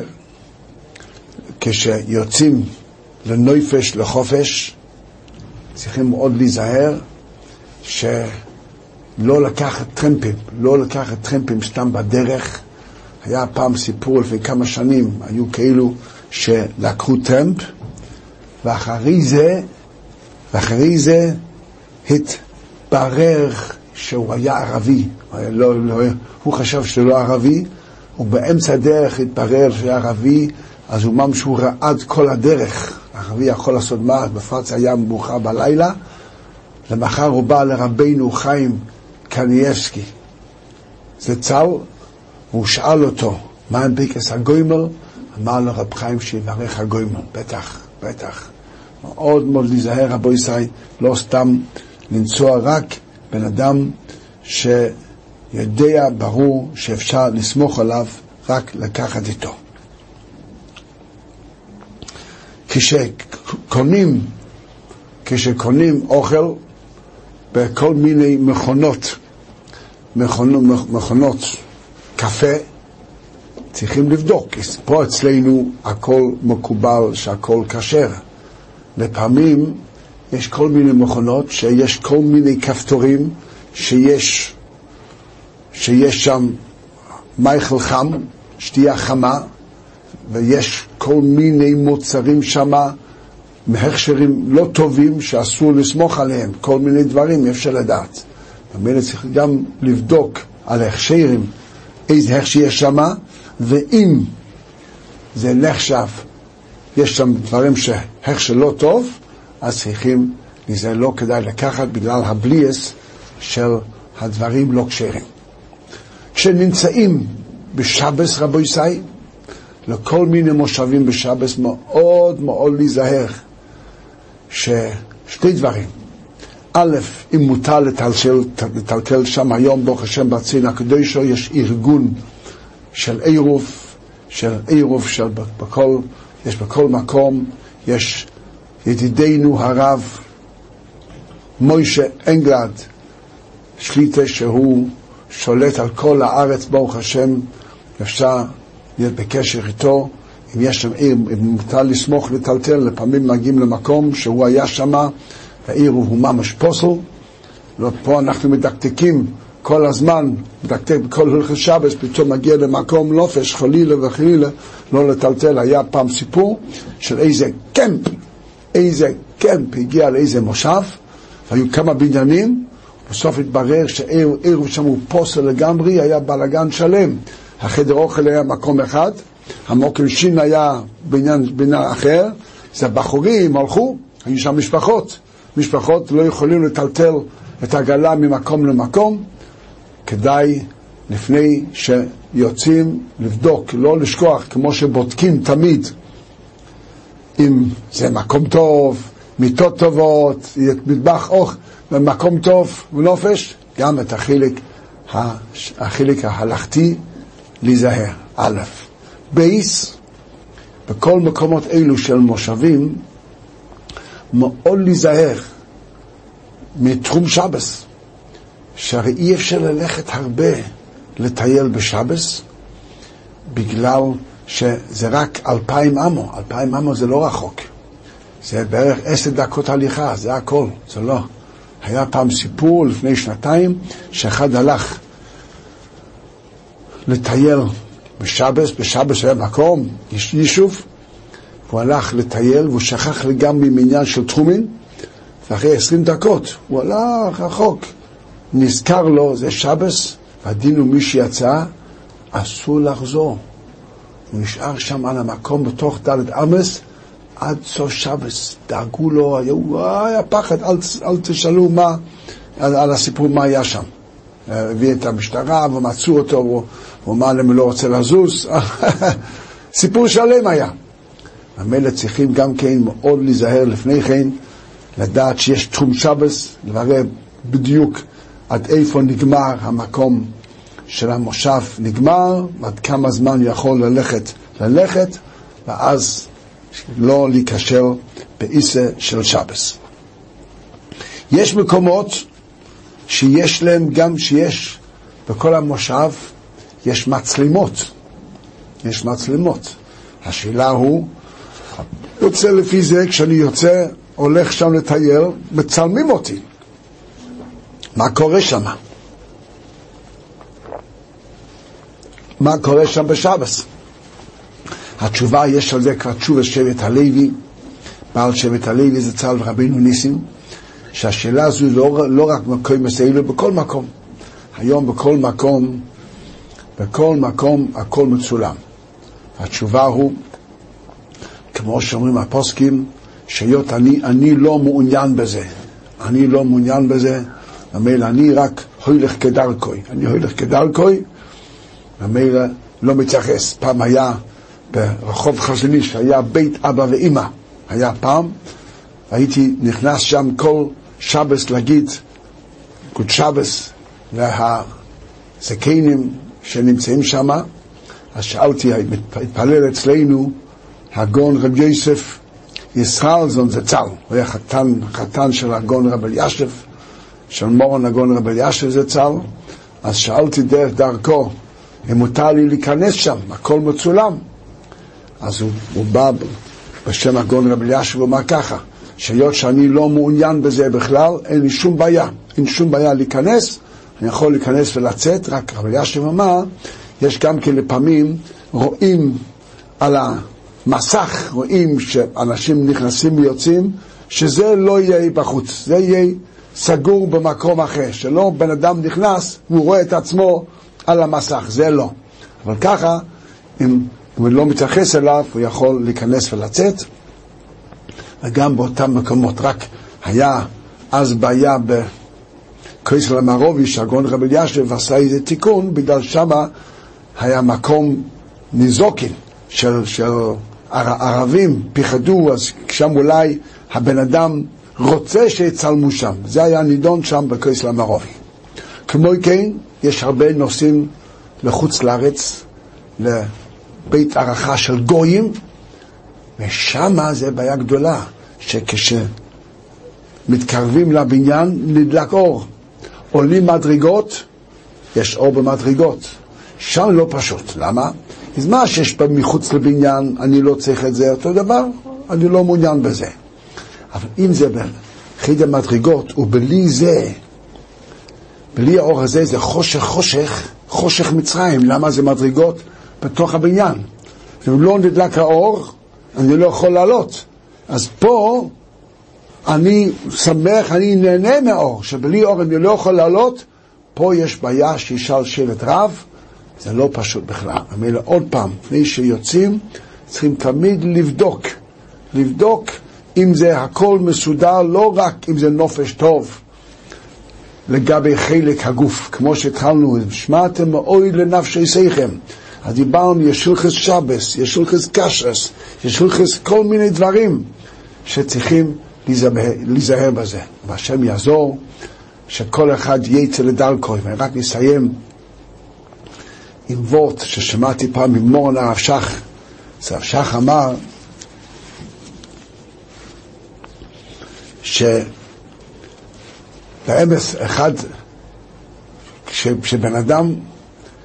כשיוצאים לנופש, לחופש, צריכים מאוד להיזהר שלא לקחת טרמפים, לא לקחת טרמפים סתם בדרך. היה פעם סיפור לפני כמה שנים, היו כאלו שלקחו טרמפ, ואחרי זה, ואחרי זה התברר שהוא היה ערבי. לא, לא, הוא חשב שהוא לא ערבי, ובאמצע הדרך התברר שהיה ערבי, אז הוא ממש הוא רעד כל הדרך. ערבי יכול לעשות מה? בפרץ היה מאוחר בלילה, למחר הוא בא לרבינו חיים קניאבסקי. זה צל, הוא שאל אותו, מה עם פיקס הגוימל? אמר לו רב חיים שיברך הגוימל. בטח, בטח. מאוד מאוד להיזהר רבו ישראל, לא סתם לנסוע, רק בן אדם שיודע ברור שאפשר לסמוך עליו, רק לקחת איתו. כשקונים, כשקונים אוכל בכל מיני מכונות, מכונות, מכונות קפה, צריכים לבדוק. פה אצלנו הכל מקובל שהכל כשר. לפעמים יש כל מיני מכונות שיש כל מיני כפתורים שיש שיש שם מייכל חם, שתייה חמה, ויש כל מיני מוצרים שם, מהכשרים לא טובים שאסור לסמוך עליהם, כל מיני דברים אפשר לדעת. במילא צריך גם לבדוק על הכשרים, איזה הכשר יש שם, ואם זה נחשב, יש שם דברים שהכשר לא טוב, אז צריכים, זה לא כדאי לקחת בגלל הבליאס של הדברים לא כשרים. כשנמצאים בשבס רבו ישראל, לכל מיני מושבים בשבס מאוד מאוד להיזהר ששתי דברים. א', אם מותר לטלטל, לטלטל שם היום ברוך השם בצין הקדושו, יש ארגון של עירוב, של עירוב של בכל, יש בכל מקום, יש ידידנו הרב מוישה אנגלד, שליטה שהוא שולט על כל הארץ ברוך השם, אפשר להיות בקשר איתו, אם יש שם עיר, אם מותר לסמוך לטלטל, לפעמים מגיעים למקום שהוא היה שם, העיר הוא ממש פוסל, ופה אנחנו מדקדקים כל הזמן, מדקדק בכל הלכות שבס, פתאום מגיע למקום נופש, חלילה וחלילה, לא לטלטל. היה פעם סיפור של איזה קמפ, איזה קמפ הגיע לאיזה מושב, והיו כמה בניינים, בסוף התברר שעיר שם הוא פוסל לגמרי, היה בלגן שלם. החדר אוכל היה מקום אחד, המוקל שין היה בעניין, בעניין אחר, זה בחורים הלכו, היו שם משפחות, משפחות לא יכולים לטלטל את הגלה ממקום למקום, כדאי לפני שיוצאים לבדוק, לא לשכוח, כמו שבודקים תמיד, אם זה מקום טוב, מיטות טובות, מטבח אוכל, במקום טוב ונופש, גם את החלק, החלק ההלכתי להיזהר. א', בייס, בכל מקומות אלו של מושבים, מאוד להיזהר מתחום שבס, שהרי אי אפשר ללכת הרבה לטייל בשבס, בגלל שזה רק אלפיים אמו, אלפיים אמו זה לא רחוק. זה בערך עשר דקות הליכה, זה הכל, זה לא. היה פעם סיפור לפני שנתיים, שאחד הלך לטייל בשבס, בשבס היה מקום, יישוב, הוא הלך לטייל, והוא שכח לגמרי מעניין של תחומין, ואחרי עשרים דקות, הוא הלך רחוק, נזכר לו, זה שבס, והדין הוא מי שיצא, אסור לחזור. הוא נשאר שם על המקום בתוך דלת אמס, עד סוף שבס, דאגו לו, היה, היה פחד, אל, אל תשאלו מה, על, על הסיפור מה היה שם. הביא את המשטרה ומצאו אותו, הוא, הוא אמר להם לא רוצה לזוז, סיפור שלם היה. המלך צריכים גם כן מאוד להיזהר לפני כן, לדעת שיש תחום שבס, לברר בדיוק עד איפה נגמר המקום של המושב נגמר, עד כמה זמן יכול ללכת, ללכת, ואז לא להיקשר באיסה של שבס. יש מקומות שיש להם גם שיש בכל המושב יש מצלמות, יש מצלמות. השאלה הוא, יוצא לפי זה, כשאני יוצא, הולך שם לטייל, מצלמים אותי. מה קורה שם? מה קורה שם בשבס? התשובה, יש על זה כבר תשובה שבט הלוי, בעל שבט הלוי זה צהל ורבינו ניסים, שהשאלה הזו לא, לא רק מקום מסעילו, בכל מקום. היום בכל מקום, בכל מקום הכל מצולם. התשובה הוא, כמו שאומרים הפוסקים, שיות אני, אני לא מעוניין בזה. אני לא מעוניין בזה, ומילא אני רק הולך כדרכוי. אני הולך כדרכוי, ומילא לא מתייחס. פעם היה ברחוב חזוני, שהיה בית אבא ואמא, היה פעם, הייתי נכנס שם כל שבס להגיד, גוד שבס, והזקנים שנמצאים שם, אז שאלתי, התפלל אצלנו, הגאון רב יוסף ישראל זון זצ"ל, הוא היה חתן, חתן של הגאון רב אלישיב, של מורן הגאון רב אלישיב זצ"ל, אז שאלתי דרך דרכו, אם מותר לי להיכנס שם, הכל מצולם. אז הוא, הוא בא בשם הגאון רב אלישיב, הוא אמר ככה, שיות שאני לא מעוניין בזה בכלל, אין לי שום בעיה, אין שום בעיה להיכנס, אני יכול להיכנס ולצאת, רק רב אלישיב אמר, יש גם כן לפעמים, רואים על המסך, רואים שאנשים נכנסים ויוצאים, שזה לא יהיה בחוץ, זה יהיה סגור במקום אחר, שלא בן אדם נכנס, הוא רואה את עצמו על המסך, זה לא. אבל ככה, אם הוא לא מתייחס אליו, הוא יכול להיכנס ולצאת, וגם באותם מקומות, רק היה אז בעיה בכריסל המערובי, שהגאון רב אלישיב עשה איזה תיקון, בגלל שמה היה מקום ניזוקין של, של ערבים, פיחדו, אז שם אולי הבן אדם רוצה שיצלמו שם. זה היה נידון שם בכריסל המערובי. כמו כן, יש הרבה נוסעים לחוץ לארץ, לבית ערכה של גויים, ושם זה בעיה גדולה, שכשמתקרבים לבניין נדלק אור. עולים מדרגות, יש אור במדרגות. שם לא פשוט. למה? אז מה שיש מחוץ לבניין, אני לא צריך את זה, אותו דבר, אני לא מעוניין בזה. אבל אם זה בחיד המדרגות, ובלי זה, בלי האור הזה, זה חושך, חושך, חושך מצרים. למה זה מדרגות? בתוך הבניין. אם לא נדלק האור, אני לא יכול לעלות. אז פה, אני שמח, אני נהנה מהאור, שבלי אור אני לא יכול לעלות, פה יש בעיה שישאל שלט רב, זה לא פשוט בכלל. אבל עוד פעם, לפני שיוצאים, צריכים תמיד לבדוק, לבדוק אם זה הכל מסודר, לא רק אם זה נופש טוב, לגבי חלק הגוף, כמו שהתחלנו, שמעתם מאוי לנפשי שיכם, אז דיברנו, יש הלכות שבס, יש הלכות כשרות, יש הלכות כל מיני דברים, שצריכים להיזהר, להיזהר בזה. והשם יעזור, שכל אחד יצא לדרכו. ואני רק נסיים עם וורט ששמעתי פעם ממורן הרב שך. הרב שך אמר שבאמס אחד, כשבן אדם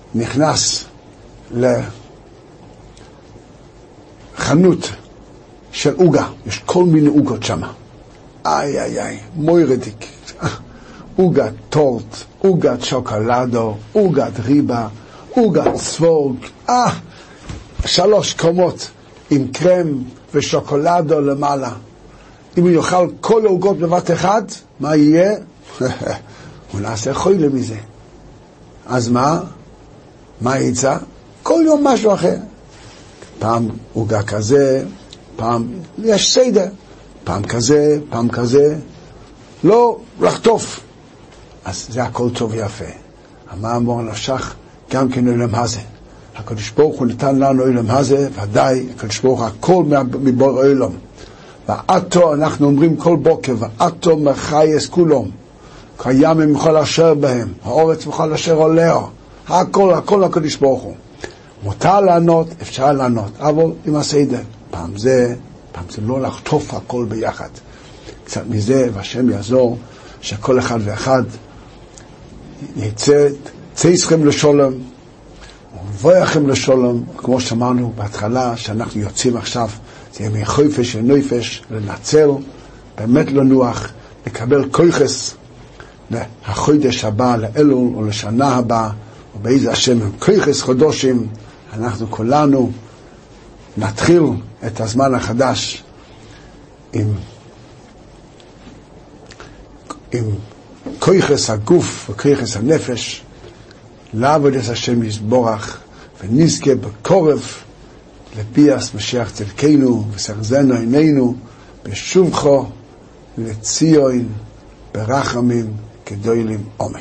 נכנס לחנות של עוגה, יש כל מיני עוגות שם. איי איי איי, מוירדיק. עוגת טורט, עוגת שוקולדו, עוגת ריבה, עוגת צבורג, אה, שלוש קומות עם קרם ושוקולדו למעלה. אם הוא יאכל כל העוגות בבת אחד, מה יהיה? הוא נעשה חוילה מזה. אז מה? מה יצא? כל יום משהו אחר. פעם עוגה כזה, פעם יש סדר, פעם כזה, פעם כזה, לא לחטוף. אז זה הכל טוב ויפה. המאמר נפשך גם כן עולם הזה. הקדוש ברוך הוא נתן לנו עולם הזה, ודאי הקדוש ברוך הוא הכל מבורא עולם. ועתו אנחנו אומרים כל בוקר, ועתו מחייס כולם, קיים מכל אשר בהם, האורץ מכל אשר עולהו, הכל, הכל הקדוש ברוך הוא. מותר לענות, אפשר לענות, אבל עם הסדר. פעם זה, פעם זה לא לחטוף הכל ביחד. קצת מזה, והשם יעזור, שכל אחד ואחד יצא, צאיסכם לשולם, ובואכם לשולם, כמו שאמרנו בהתחלה, שאנחנו יוצאים עכשיו, זה יהיה מחופש ונפש, לנצל, באמת לנוח, לקבל כוחס לחודש הבא, לאלול או לשנה הבאה, ובאיזה השם הם כוחס חודשים, אנחנו כולנו נתחיל את הזמן החדש עם, עם כוחס הגוף וכוחס הנפש, לעבוד את השם יסבורך, ונזכה בקורב לביאס משיח צדקנו וסרזנו עינינו בשובחו לציון ברחמים גדולים אמן.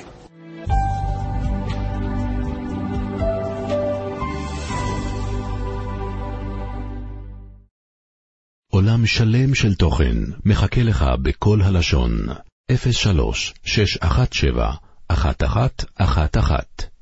עולם שלם של תוכן מחכה לך בכל הלשון. אפס שלוש שש אחת שבע אחת אחת אחת אחת